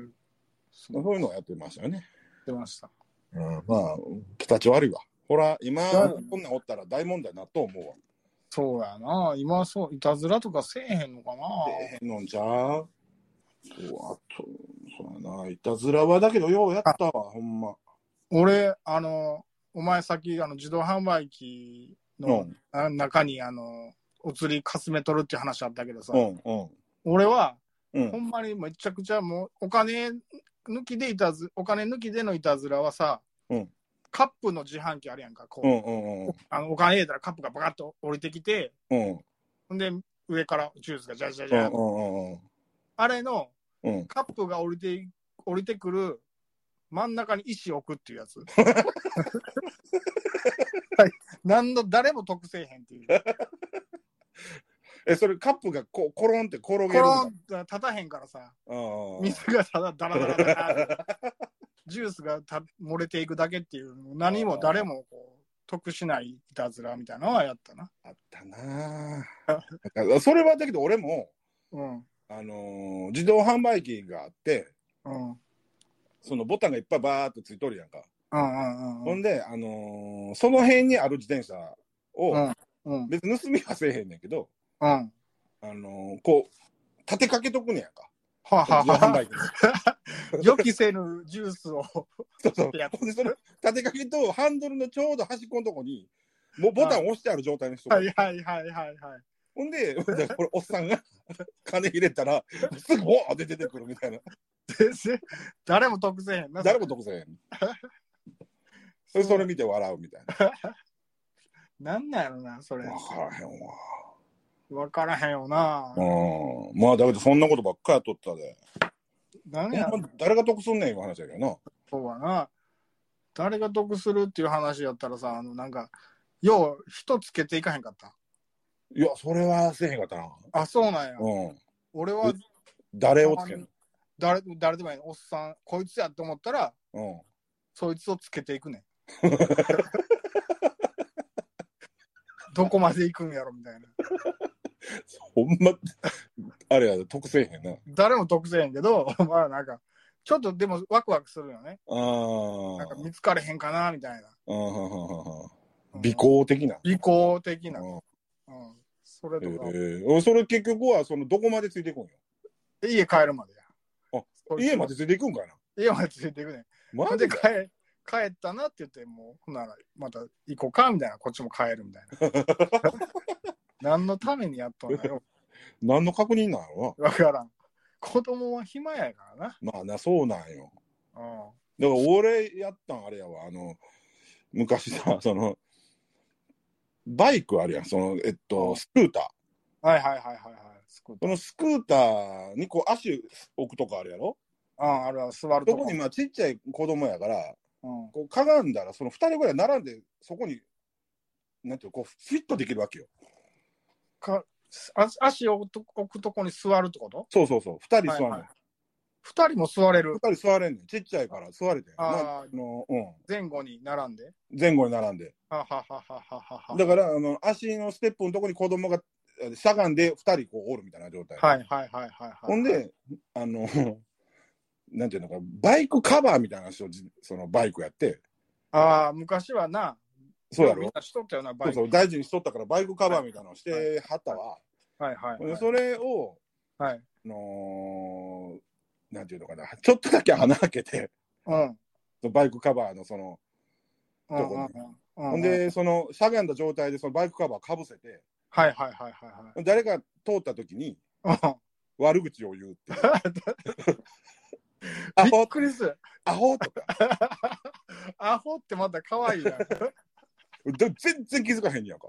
そういうのをやってましたよね。 出ました。 うん。まあ、形悪いわ。ほら、今、 うん、 こんなんおったら大問題なと思うわ。 そうやな。今そう、いたずらとかせえへんのかな。 せえへんのんちゃう？そう、あと、そうやな。いたずらはだけど、ようやったわ、ほんま。 俺、あの、お前さっき、あの、自動販売機の中に、あの、お釣りかすめ取るっていう話あったけどさ、 うんうん、 俺は、 うん、 ほんまにめちゃくちゃもう、お金抜きでいたず、お金抜きでのいたずらはさ、 うん、 カップの自販機あるやんか、こう。 うんうんうん、 あのお金入れたらカップがバカッと降りてきて、 うん、 ほんで、上からジュースがジャジャジャ、 うんうんうん、 あれの、 うん、 カップが降りて、降りてくる真ん中に石を置くっていうやつ。はい。何の、誰も得せえへんっていう。 え、それカップがこコロンって転げるんだ。 コロンって立たへんからさ、水がただダラダラダラジュースがた漏れていくだけっていう、何も誰もこう得しないいたずらみたいなのはやったな。 あったなぁ。それはだけど俺も、 うん、 あのー、自動販売機があって、 うん、 そのボタンがいっぱいバーってついとるやんか。 うんうんうん、 ほんで、あのー、その辺にある自転車を、 うん、 別に盗みはせえへんねんけど、 うん、 あのー、こう、立てかけとくねやんか。 はは自動販売機に。予期せぬジュースを。 そうそう。ほんで、その立てかけとハンドルのちょうど端っこのとこに、もうボタンを押してある状態の人が。 はいはいはいはいはい。 ほんで、これおっさんが金入れたら、すぐボーって出てくるみたいな。 誰も得せへんな。 誰も得せへん。それそれ見て笑うみたいな。なんなんやろな、それ。 わからへんわ。 わからへんよな。 うん。まあ、だけどそんなことばっかやっとったで。 なんや。 誰が得すんねんいう話やけどな。 そうやな。誰が得するっていう話やったらさ、あの、なんか、よう、人つけていかへんかった。 いや、それはせえへんかったな。 あ、そうなんや。 うん。 俺は、 誰をつけんの？ 誰、誰でもいいの。おっさん、こいつやって思ったら、 うん。 そいつをつけていくねん。どこまで行くんやろみたいな。 ほんま、あれや、得せえへんな。 誰も得せへんけど、まあなんか、ちょっとでもワクワクするよね。 ああ。 なんか見つかれへんかなみたいな。 ああ。尾行的な。 尾行的な。 うん。 それとか。 ええ、それ結局は、その、どこまでついていくんよ。 家帰るまでや。 あ、家までついていくんかな。 家までついていくね。 マジで帰帰ったなって言って、もう、ほんなら、また行こうかみたいな、こっちも帰るみたいな。何のためにやっとんのよ。 何の確認なんやろな。わからん。子供は暇やからな。 まあな、そうなんよ。 うん。 だから俺やったんあれやわ、あの、昔さ、その、バイクあるやん、その、えっと、スクーター。はいはいはいはいはい。 スクーター。そのスクーターにこう足置くとこあるやろ？ うん、あれは座るとこ。 そこにまあちっちゃい子供やから、 うん、 こうかがんだら、そのふたりぐらい並んで、そこに、なんていうこう、フィットできるわけよ。 かあ足を置くと置くとこに座るってこと？ そうそうそう。二人座るの。 はいはい、二人も座れる。 二人座れんねん。ちっちゃいから座れて。まあ、 ああの、うん。 前後に並んで。 前後に並んで。 はははははは。 だから、あの、足のステップのとこに子供がしゃがんで二人こうおるみたいな状態。 はいはいはいはいはい。 ほんで、あの、なんていうのか、バイクカバーみたいな人、そのバイクやって。 ああ、昔はな、 そうやろ。 みんなしとったよな、バイク。 そうそう、大事にしとったから、バイクカバーみたいなのしてはったわ。 はいはい、はい。 それを、 はい。 あのー、なんていうのかな、ちょっとだけ穴開けて、 うん。 バイクカバーのその、とこに。ほんで、その、しゃがんだ状態でそのバイクカバーかぶせて、 はいはいはいはいはい。 誰か通った時に、悪口を言うっていう。 アホびっくりする。 アホとか。 アホってまた可愛いな。 全然気づかへんやんか。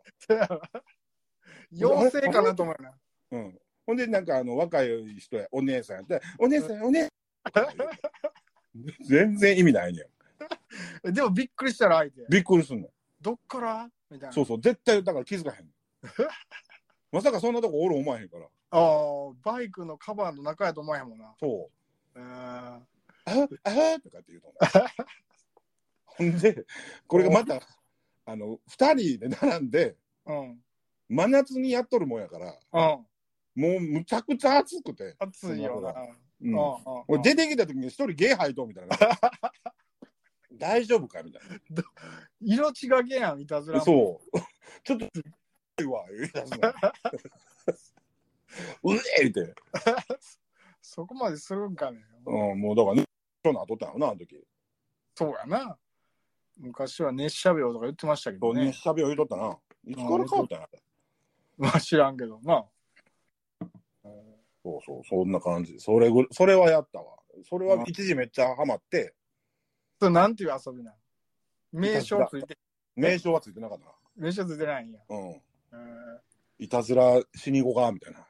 妖精かなと思うな。 うん。ほんで、なんかあの、若い人や、お姉さんやったら、お姉さん、お姉さん。全然意味ないねん。でもびっくりしたら相手。 びっくりすんの。 どっからみたいな。 そうそう、絶対だから気づかへん。まさかそんなとこおる思わへんから。 ああ、バイクのカバーの中やと思わへんもんな。 そう。 えー、あはあはとかって言うと。ほんで、これがまた、あの、二人で並んで、 うん、 真夏にやっとるもんやから、 うん、 もうむちゃくちゃ暑くて。 暑いよな。 うん。俺出てきた時に一人ゲー吐いとみたいな。大丈夫かみたいな。 色違げやん、いたずらも。 そう。ちょっと、うわ、言い出すの。うえって。 そこまでするんかね。 うん、もうだからね、そんな後ったよな、あの時。 そうやな。昔は熱射病とか言ってましたけどね。 熱射病言うとったな。いつから変わったんや。 まあ知らんけどな。 そうそう、そんな感じ。それぐ、それはやったわ。それは一時めっちゃハマって。 それなんていう遊びなの？名称ついて。 名称はついてなかったな。 名称ついてないんや。 うん。いたずら死に子がみたいな。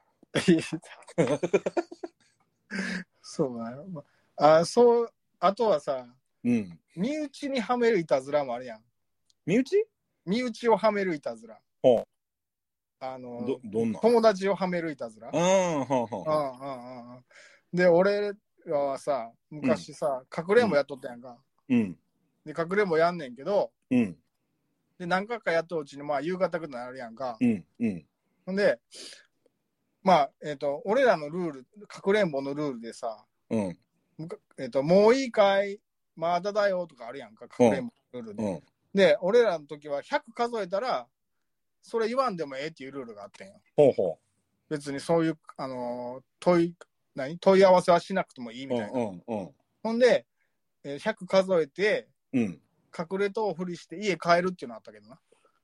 そうなの。あ、そう、あとはさ、 うん。 身内にはめるいたずらもあるやん。 身内？ 身内をはめるいたずら。 ほう。 あの、 ど、どんな？ 友達をはめるいたずら。 ああ、ほうほう。 うんうんうん。で、俺らはさ、昔さ、かくれんぼやっとったやんか。 うん。 で、かくれんぼやんねんけど、 うん。 で、何回かやっとうちに、まあ、夕方くらいなるやんか。 うん。うん。 ほんで、まあ、えっ、ー、と、俺らのルール、かくれんぼのルールでさ、 うん。 えっ、ー、と、もういいかい、まだだよとかあるやんか、かくれんぼのルールで。うん、で、俺らの時はひゃく数えたら、それ言わんでもええっていうルールがあってんよ。 ほうほう。別にそういう、あのー、問い、何問い合わせはしなくてもいいみたいな。うんうんうん、ほんで、えー、ひゃく数えて、うん、隠れとをふりして家帰るっていうのあったけどな。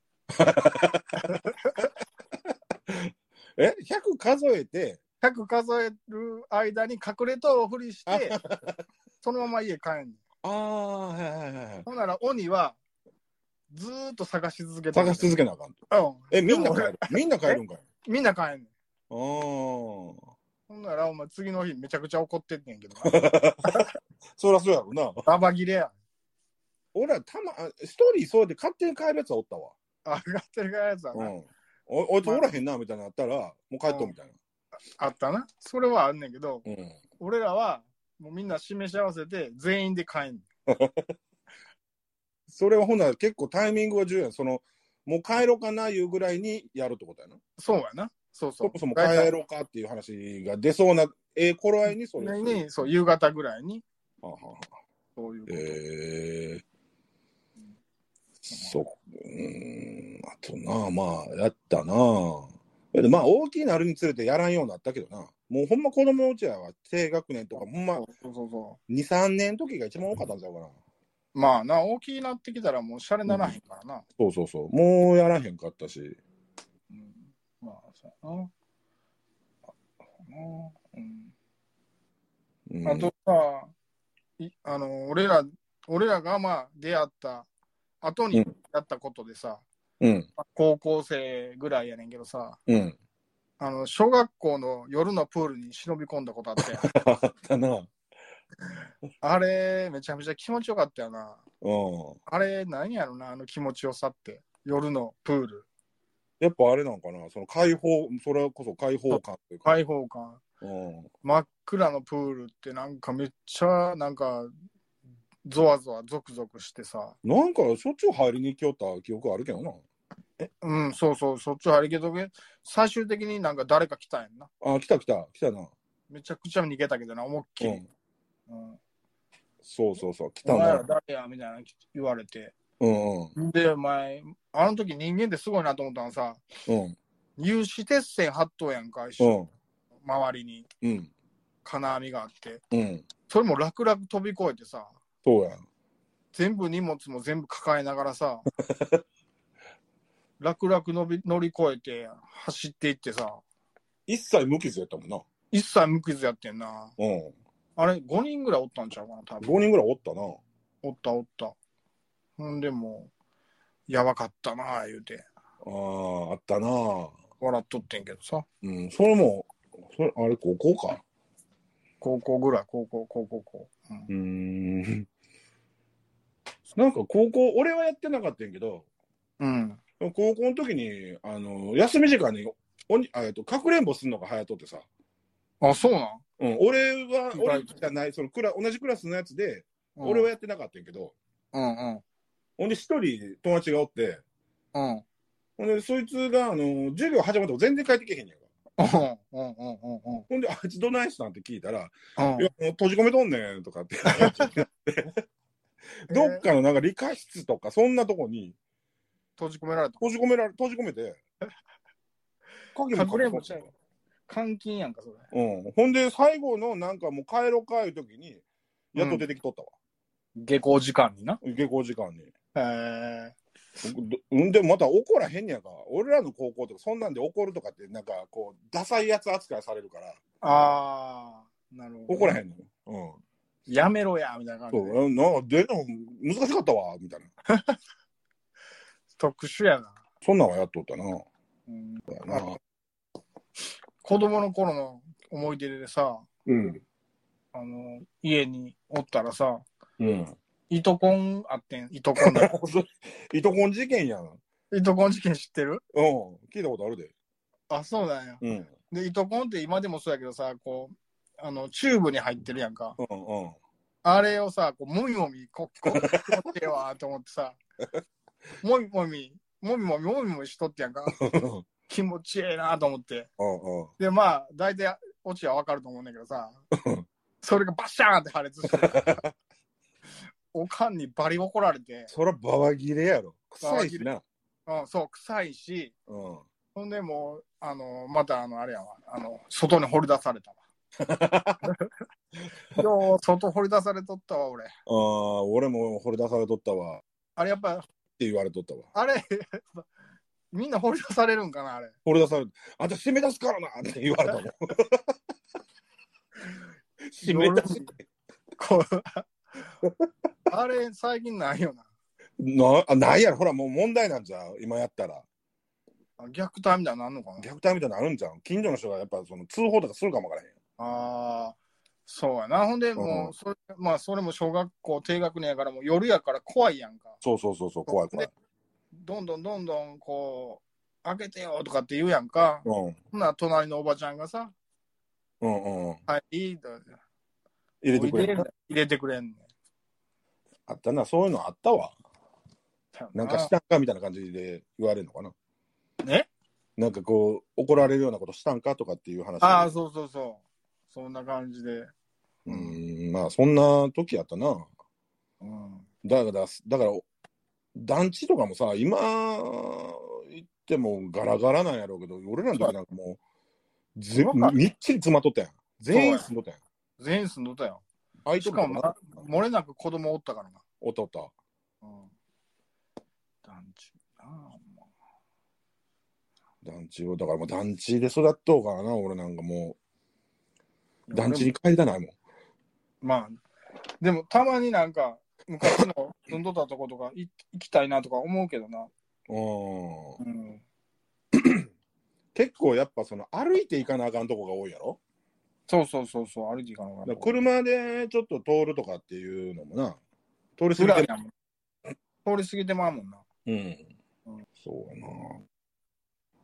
え ?ひゃく 数えてひゃく数える間に隠れとをふりして、そのまま家帰んねん。ああ、はいはいはい。ほんなら鬼は、ずーっと探し続けて探し続けなあかんと。うん。え、みんな帰るみんな帰るんかいみんな帰んねん。ああ。 ほんなら、お前次の日めちゃくちゃ怒ってんねんけどな。 そりゃそうやろな。 ババ切れや。 俺はたま、一人そうで勝手に帰るやつはおったわ。 あ、勝手に帰るやつはな。うん。 お、おいつおらへんな、みたいなのあったら、もう帰っとみたいな、うん。 あったな。それはあんねんけど、うん、俺らは、もうみんな示し合わせて、全員で帰んねん。 それはほんなら結構タイミングが重要や。その、もう帰ろうかないうぐらいにやるってことやな。 そうやな。そうそう。 そもそも帰ろうかっていう話が出そうな、ええ頃合いにそれに、そう、夕方ぐらいに。はあはあ、そういうこと。 えー、そう、うん、あとな、まあ、やったな。まあ、大きいなるにつれてやらんようになったけどな。もうほんま子供のうちは低学年とか、ほんま、そうそうそう。に、さんねんの時が一番多かったんちゃうかな。 まあな、大きいなってきたらもうシャレならへんからな、 うん。そうそうそう。もうやらへんかったし。 うん、まあ、そうやな。うん、あとさ、いあの俺ら、俺らがまあ出会った後にやったことでさ、うん、高校生ぐらいやねんけどさ、うん、あの小学校の夜のプールに忍び込んだことあってあったな。 あれめちゃめちゃ気持ちよかったよな。うん、あれ何やろな、あの気持ちよさって。夜のプール。 やっぱあれなんかな、その開放、それこそ開放感というか。 開放感。うん、真っ暗のプールってなんかめっちゃなんかゾワゾワゾクゾクしてさ。 なんかしょっちゅう入りに行きよった記憶あるけどな。 え、うん、そうそう、そっち入りけど、最終的になんか誰か来たんやんな。 あ、来た来た、来たな。 めちゃくちゃ逃げたけどな、思いっきり。 うん。 うん、 そうそうそう、来たお前らな。 誰やみたいな言われて。 うんうん。 で、お前、あの時人間ってすごいなと思ったのさ、 うん。 有刺鉄線張っとうやんか、一う緒。 ん。 周りにうん。 金網があって。 うん。 それも楽々飛び越えてさ、 そうや。 全部荷物も全部抱えながらさ、楽々乗り乗り越えて走っていってさ、 一切無傷やったもんな。 一切無傷やってんな。 うん。 あれ、ごにんぐらいおったんちゃうかな、多分。 ごにんぐらいおったな。 おったおった。ほんでもう、やばかったな、言うて。 ああ、あったな。 笑っとってんけどさ。 うん、それも、それ、あれ、高校か。 高校ぐらい、高校、高校、高校。 うーん。なんか高校、俺はやってなかったんやけど、 うん。 高校の時に、あの、休み時間に、おに、あえっと、かくれんぼするのが流行っとってさ。 あ、そうなんうん、俺は、 意外俺じゃない、そのクラ、同じクラスのやつで、 うん俺はやってなかったんやけど、 うんうん。 ほんで一人友達がおって、 うん。 ほんで、そいつが、あの、授業始まっても全然帰ってけへんやんか。 うんうんうんうんうん。 ほんで、あいつどないしたんって聞いたら、 うん。 いや、もう閉じ込めとんねんとかって話になって、どっかのなんか理科室とか、そんなとこに閉じ込められた。 閉じ込められ、閉じ込めて、鍵もかくれんぼかけとんちゃうよ。監禁やんか、それ。 うん。ほんで、最後のなんかもう帰ろうかいう時に、やっと出てきとったわ。 下校時間にな。 下校時間に。 へえ。 うんでもまた怒らへんねやんか。俺らの高校とかそんなんで怒るとかってなんかこうダサいやつ扱いされるから。 ああ、なるほど。 怒らへんの。うん。 やめろやみたいな感じで。 そう、なんか出るの難しかったわみたいな。 特殊やな。 そんなんはやっとったな。 うん、 そうやな。 子供の頃の思い出でさ、 うん。 あの家におったらさ、 うん。 糸コンあってん、糸コンだ。 糸コン事件やん。 糸コン事件知ってる？ うん。聞いたことあるで。 あ、そうなんや。 うん。 で、糸コンって今でもそうやけどさ、こう、あの、チューブに入ってるやんか。 うんうん。 あれをさ、こう、もみもみ、こ、こ、こってわーと思ってさ、もみもみ、もみもみ、もみもみしとってやんか。気持ちええなと思って。 うんうん。 で、まあ、大体、オチはわかると思うんだけどさ、それがバシャーンって破裂して、おかんにバリ怒られて。 そらババ切れやろ。臭いしな。 うん、そう、臭いし、 うん。 ほんでもう、あの、また、あの、あれやわ、あの、外に掘り出されたわ。よう、外掘り出されとったわ、俺。 ああ、俺も掘り出されとったわ。っあれ、やっぱ、 て言われとったわ。 あれ、みんな掘り出されるんかな、あれ。 掘り出されて、あんた締め出すからなって言われたもん。締め出すこうあれ、最近ないよな。 なあないやろ、ほら、もう問題なんじゃん、今やったら。 虐待みたいなのあんのかな。 虐待みたいなのあるんじゃん。近所の人がやっぱその通報とかするかもわからへん。 ああ、そうやな。ほんで、もう、それ、まあ、それも小学校低学年やから、もう夜やから怖いやんか。 そうそうそうそう、怖い怖い。 どんどんどんどん、こう、開けてよとかって言うやんか。 うん。 ほな、隣のおばちゃんがさ、 うんうん。 はい、いい入れてくれん。 入れてくれんねん。 あったな、そういうのあったわ。なんかしたんかみたいな感じで言われるのかな。 ね？ なんかこう、怒られるようなことしたんかとかっていう話。 ああ、そうそうそう。そんな感じで。 うん、んまあ、そんな時やったな。 うん。 だから、だから、団地とかもさ、今行ってもガラガラなんやろうけど、俺らの時なんかもう、ぜみっちり詰まっとったやん。全員住んどったやん。 全員住んどったよ。 あいしかも、ま、漏れなく子供おったからな。 おったおった。 うん。団地なあ、 団地を、だからもう団地で育っとうからな、俺なんかもう。団地に帰りたないもん。 まあ、でもたまになんか、昔の住んどったとことか行きたいなとか思うけどな。 うん。 うん、 結構やっぱその歩いて行かなあかんとこが多いやろ。 そうそうそうそう、歩いていかなあかん。 車でちょっと通るとかっていうのもな、通り過ぎて通り過ぎてまうもんな。 うん。うん、そうやな。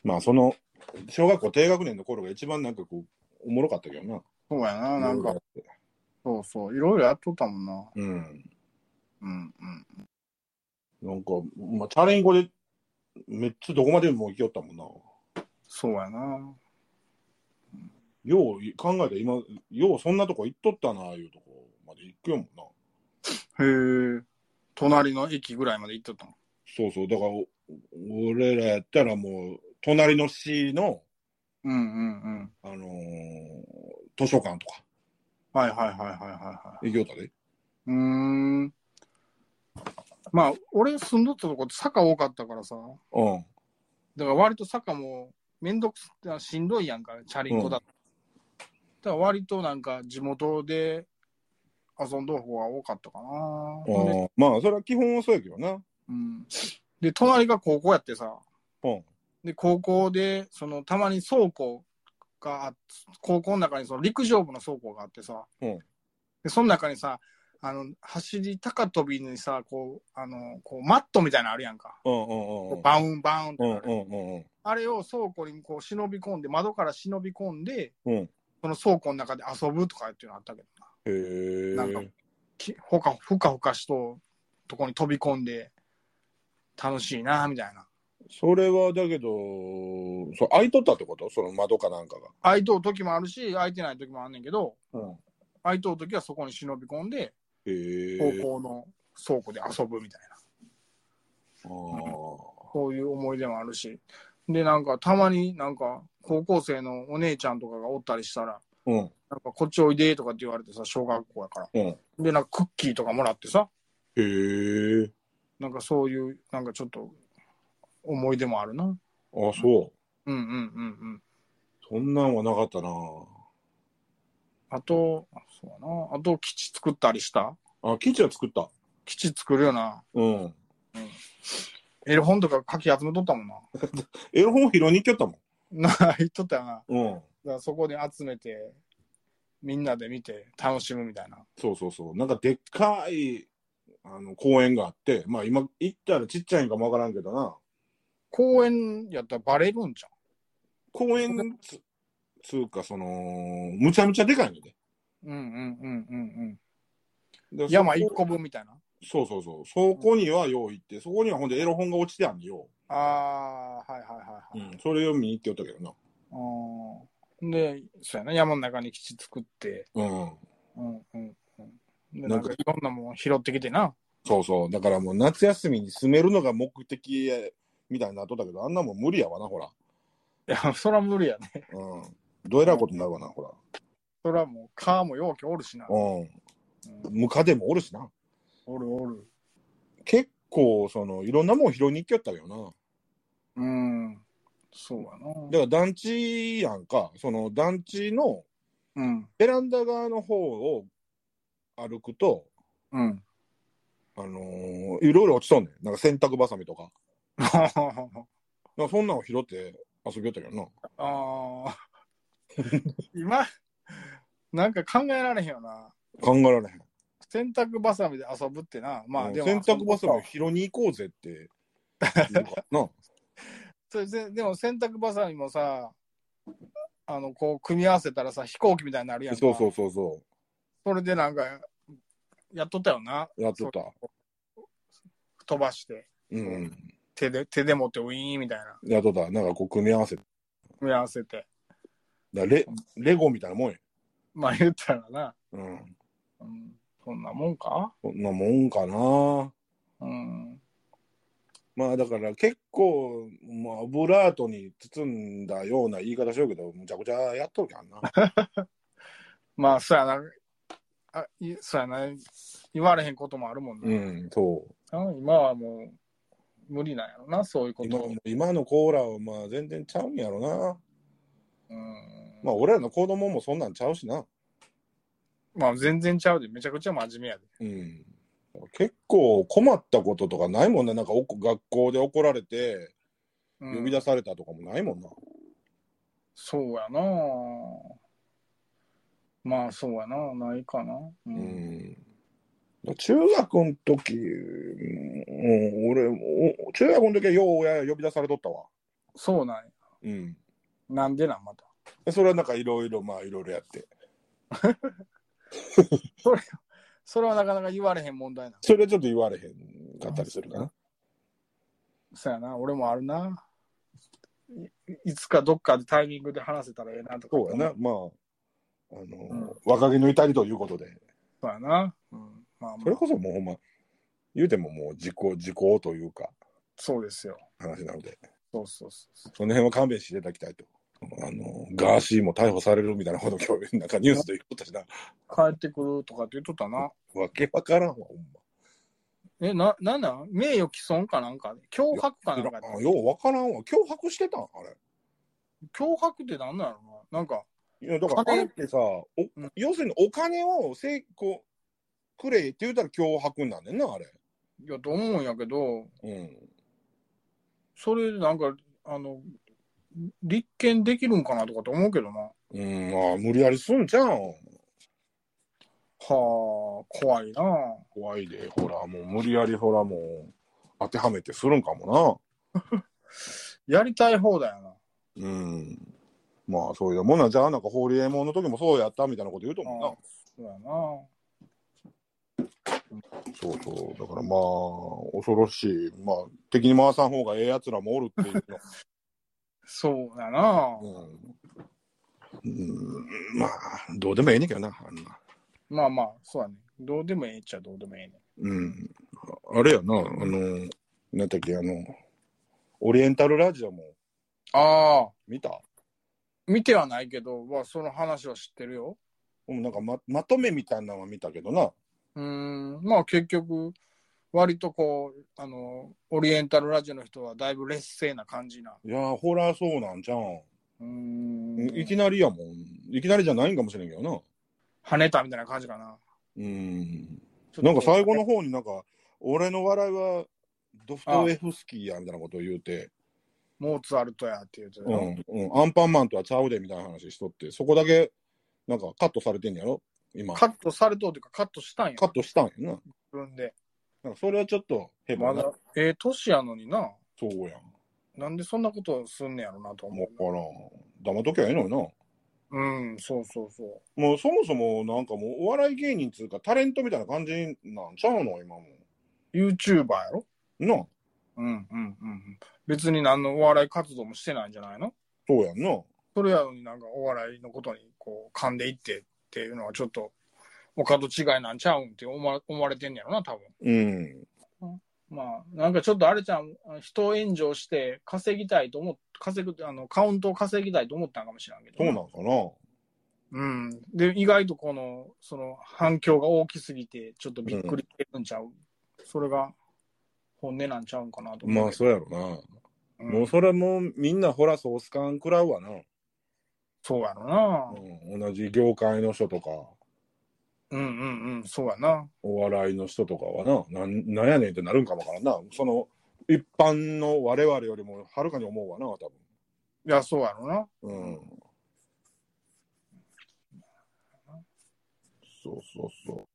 まあ、その、小学校低学年の頃が一番なんかこう、おもろかったけどな。 そうやな、なんか、そうそう、いろいろやっとったもんな。 うん。 うんうん。 なんか、まあ、チャリンコで、めっちゃどこまでも行きよったもんな。 そうやな。 よう考えたら今、ようそんなとこ行っとったな、いうとこまで行くよもんな。 へえ。隣の駅ぐらいまで行っとったの。 そうそう、だから、俺らやったらもう、隣の市の、 うんうんうん。 あのー、図書館とか、 はいはいはいはいはいは行きよったで。 い。うーん。まあ、俺住んどったとこって坂多かったからさ。 うん。 だから割と坂もめんどくさしんどいやんか、チャリンコだ。 うん、 だから割となんか地元で遊んどる方が多かったかな。で、 あまあ、それは基本はそうやけどな。 うん。で、隣が高校やってさ。 うん。 で、高校で、その、たまに倉庫があ、高校の中にその陸上部の倉庫があってさ。 うん。 で、その中にさ、あの、走り高跳びにさ、こう、あの、こう、マットみたいなのあるやんか。 うんうんうん。 バウンバウンってうんなる。 うんうんうん。 あれを倉庫にこう忍び込んで、窓から忍び込んで、 うん。 その倉庫の中で遊ぶとかっていうのあったけどな。 へえ。 なんか、ほか、ふかふかしととこに飛び込んで、楽しいな、みたいな。 それはだけど、そう開いとったってことその窓かなんかが。 空いとう時もあるし、空いてない時もあんねんけど、 うん。 空いとう時はそこに忍び込んで、 へえ。 高校の倉庫で遊ぶみたいな。 ああ。 そういう思い出もあるし。で、なんか、たまになんか、高校生のお姉ちゃんとかがおったりしたら、 うん。 なんか、こっちおいでとかって言われてさ、小学校やから。 うん。 で、なんか、クッキーとかもらってさ、 へえ。 なんかそういう、なんかちょっと、思い出もあるな。 あ、そう。 うんうんうんうん。 そんなんはなかったな。 あと、そうやな。あと、基地作ったりした。 あ、キッチンは作った。 基地作るよな。 うん。 うん。エロ本とか書き集めとったもんな。 エロ本拾いに行きよったもん。 な、言っとったよな。だかうん。 らそこで集めて、みんなで見て楽しむみたいな。 そうそうそう。なんかでっかい、あの、公園があって、まあ今行ったらちっちゃいんかもわからんけどな。 公園やったらバレるんじゃん。 公園つ、つうか、その、むちゃむちゃでかいので。 うんうんうんうんでうん。山そこ一個分みたいな。 そうそうそう。そこにはよう行って、そこにはほんでエロ本が落ちてあんのよ。 ああ、はいはいはいはい。 うん。それを見に行っておったけどな。 うん、で、そうやな、山の中に基地作って、 うん。 うんうんうん。で、 なかなんんかいろんなもん拾ってきてな。 そうそう。だからもう夏休みに住めるのが目的みたいになっとったけど、あんなもん無理やわな、ほら。 いや、そら無理やね。 うん。どえらいことになるわな、ほら。 そらもう、川も容器おるしな。 うん。 うん、 ムカデもおるしな。 おるおる。 結構、その、いろんなもん拾いに行きよったけどな。 うん。そうやな。 だから団地やんか、その団地のうん。 ベランダ側の方を歩くと、 うん。 あのーいろいろ落ちとんねん。なんか洗濯バサミとか。なんかそんなんを拾って遊びよったけどな。 ああ。今、なんか考えられへんよな。 考えられへん。 洗濯バサミで遊ぶってな。まあでも、 うん洗濯バサミを拾いに行こうぜって言うからな。 それででも洗濯バサミもさ、あの、こう、組み合わせたらさ、飛行機みたいになるやんか。 そうそうそうそそれでなんか、やっとったよな。 う。やっとった。 飛ばして、 うん。 手で、手で持ってウィーンみたいな。 やっとった。なんかこう組み合わせ。だ組み合わせて。 レレゴみたいなもんや。 まあ言ったらな。 うん。 うん。そんなもんかそんなもんかな。 うん。 まあだから結構、まあ、オブラートに包んだような言い方しようけど、むちゃくちゃやっとるけんな。 まあ、そうやな。あ、いそうやな。言われへんこともあるもんな。 うん、そう。 あ今はもう、無理なんやろな、そういうこ今と。 今のコーラはまあ全然ちゃうんやろな。 うん。 まあ俺らの子供もそんなんちゃうしな。 まあ全然ちゃうで、めちゃくちゃ真面目やで。 うん。結構困ったこととかないもんね。なんかおこ学校で怒られてうん、 呼び出されたとかもないもんな。 そうやな。まあそうやな、ないかな。ううん。中学の時、うん、俺、お中学の時はよう親呼び出されとったわ。 そうなんや。 うん。 なんでなんまた。 それはなんかいろいろ、まあいろいろやって。 それ、それはなかなか言われへん問題なの。 それはちょっと言われへんかったりするかな。 そうやな、俺もあるな。い, いつかどっかでタイミングで話せたらええなとか。 そうやな、まあ、あの、うん、若気の至りということで。 そうやな。うん、まあまあ、 それこそもうほんま、言うてももう時効、時効というか。 そうですよ。 話なので。 そうそうそうそう。 その辺は勘弁していただきたいと。あの、ガーシーも逮捕されるみたいなこと今日、なんかニュースで言っとったしな。 帰ってくるとかって言っとったな。 わけわからんわ、ほんま。 え、な、なんなん名誉毀損かなんかで脅迫かなんかで。 ようわからんわ。脅迫してたんあれ。 脅迫ってなんなんやろな。なんか。 いや、だからあれってさ、おうん、要するにお金をせこうくれって言うたら脅迫なんねんな、あれ。 いや、と思うんやけど、 うん。 それでなんか、あの、立件できるんかなとかと思うけどな。 うん、まあ、無理やりすんじゃん。はあ、怖いな。 怖いで、ほら、もう無理やりほら、もう当てはめてするんかもな。やりたい放題やな。 うん。まあ、そういうもんなんじゃあ、なんか、ホリエモンの時もそうやったみたいなこと言うと思うな。 そうやな。 そうそう。だからまあ、恐ろしい。まあ、敵に回さん方がええやつらもおるっていうの。 そうやな。 うん。うん、まあ、どうでもええねんけどな、あんな。 まあまあ、そうやね。どうでもええっちゃどうでもええね。 うん。あれやな、あの、なんだっけ、あの、オリエンタルラジオも。 ああ。 見た？ 見てはないけど、まあ、その話は知ってるよ。 うん、なんかま、まとめみたいなのは見たけどな。 うーん、まあ結局、割とこう、あの、オリエンタルラジオの人はだいぶ劣勢な感じな。 いやー、ホラーそうなんじゃん。 うーん。 いきなりやもん。いきなりじゃないんかもしれんけどな。 跳ねたみたいな感じかな。 うん。なんか最後の方になんか、俺の笑いはドフトエフスキーやみたいなことを言うて。 モーツァルトやって言うてうん、うん。アンパンマンとはちゃうでみたいな話しとって、そこだけ、なんかカットされてんやろ今。 カットされとうというか、カットしたんや。 カットしたんやな。 自分で。 なんかそれはちょっとヘバな。 まだ、ええ年やのにな。 そうやん。 なんでそんなことすんねやろなと思う。 だから、黙っときゃええのにな。 うん、そうそうそう。もうそもそもなんかもうお笑い芸人つうかタレントみたいな感じなんちゃうの今も。 YouTuber やろなあ。 うんうんうん。別に何のお笑い活動もしてないんじゃないの？ そうやんな。 それやのになんかお笑いのことにこう噛んでいってっていうのはちょっとお門違いなんちゃうんって思わ、思われてんねやろな、多分。 うん。 まあ、なんかちょっとあれちゃん、人を炎上して稼ぎたいと思っ、稼ぐ、あの、カウントを稼ぎたいと思ったんかもしれんけど。 そうなんかな。 うん。で、意外とこの、その反響が大きすぎて、ちょっとびっくりしてるんちゃう、うん、それが本音なんちゃうんかなと思う。 まあ、そうやろな。うん、もうそれもうみんなほらソース感食らうわな。 そうやろな、 うん。同じ業界の人とか。 うんうんうん、そうやな。 お笑いの人とかはな、なん、なんやねんってなるんかもからな。その、一般の我々よりもはるかに思うわな、多分。 いや、そうやろな。 うん。そうそうそう。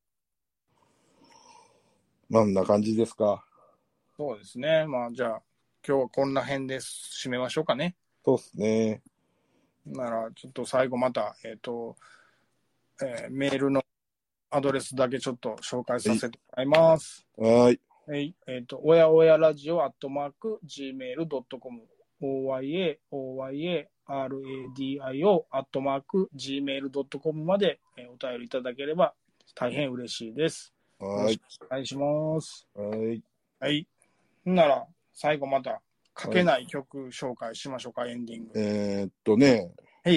まあ、んな感じですか。 そうですね。まあ、じゃあ、今日はこんな辺で締めましょうかね。 そうっすね。 なら、ちょっと最後また、えっと、えー、メールのアドレスだけちょっと紹介させてもらいます。 はい。 はい。えっと、おやおやラジオアットマーク ジーメールドットコム、オーワイエーオーワイエーアールエーディーアイオー アットマーク ジーメールドットコム までお便りいただければ大変嬉しいです。 はい。 お願いします。 はい。 はい。なら、最後また、書けない曲紹介しましょうか、はい、エンディング。 えー、っとね。 はい。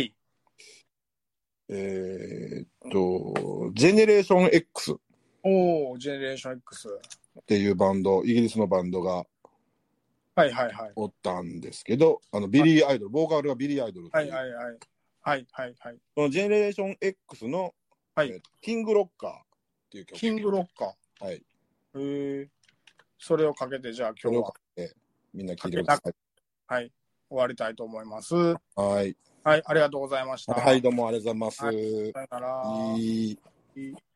えー、っと、ジェネレーション X。 おー、ジェネレーション X。 っていうバンド、イギリスのバンドが、 はいはいはい。 おったんですけど、あの、ビリー・アイドル、ボーカルがビリー・アイドルっていう。 はいはいはい。はいはいはい。 このジェネレーション X の、 はいえー、キングロッカーっていう曲。 キングロッカー。 はい。へえ。それをかけて、じゃあ今日は。 みんな聞いてください。 はい。終わりたいと思います。 はい。 はい、ありがとうございました。 はい、どうもありがとうございます。 はい、さよなら。 いい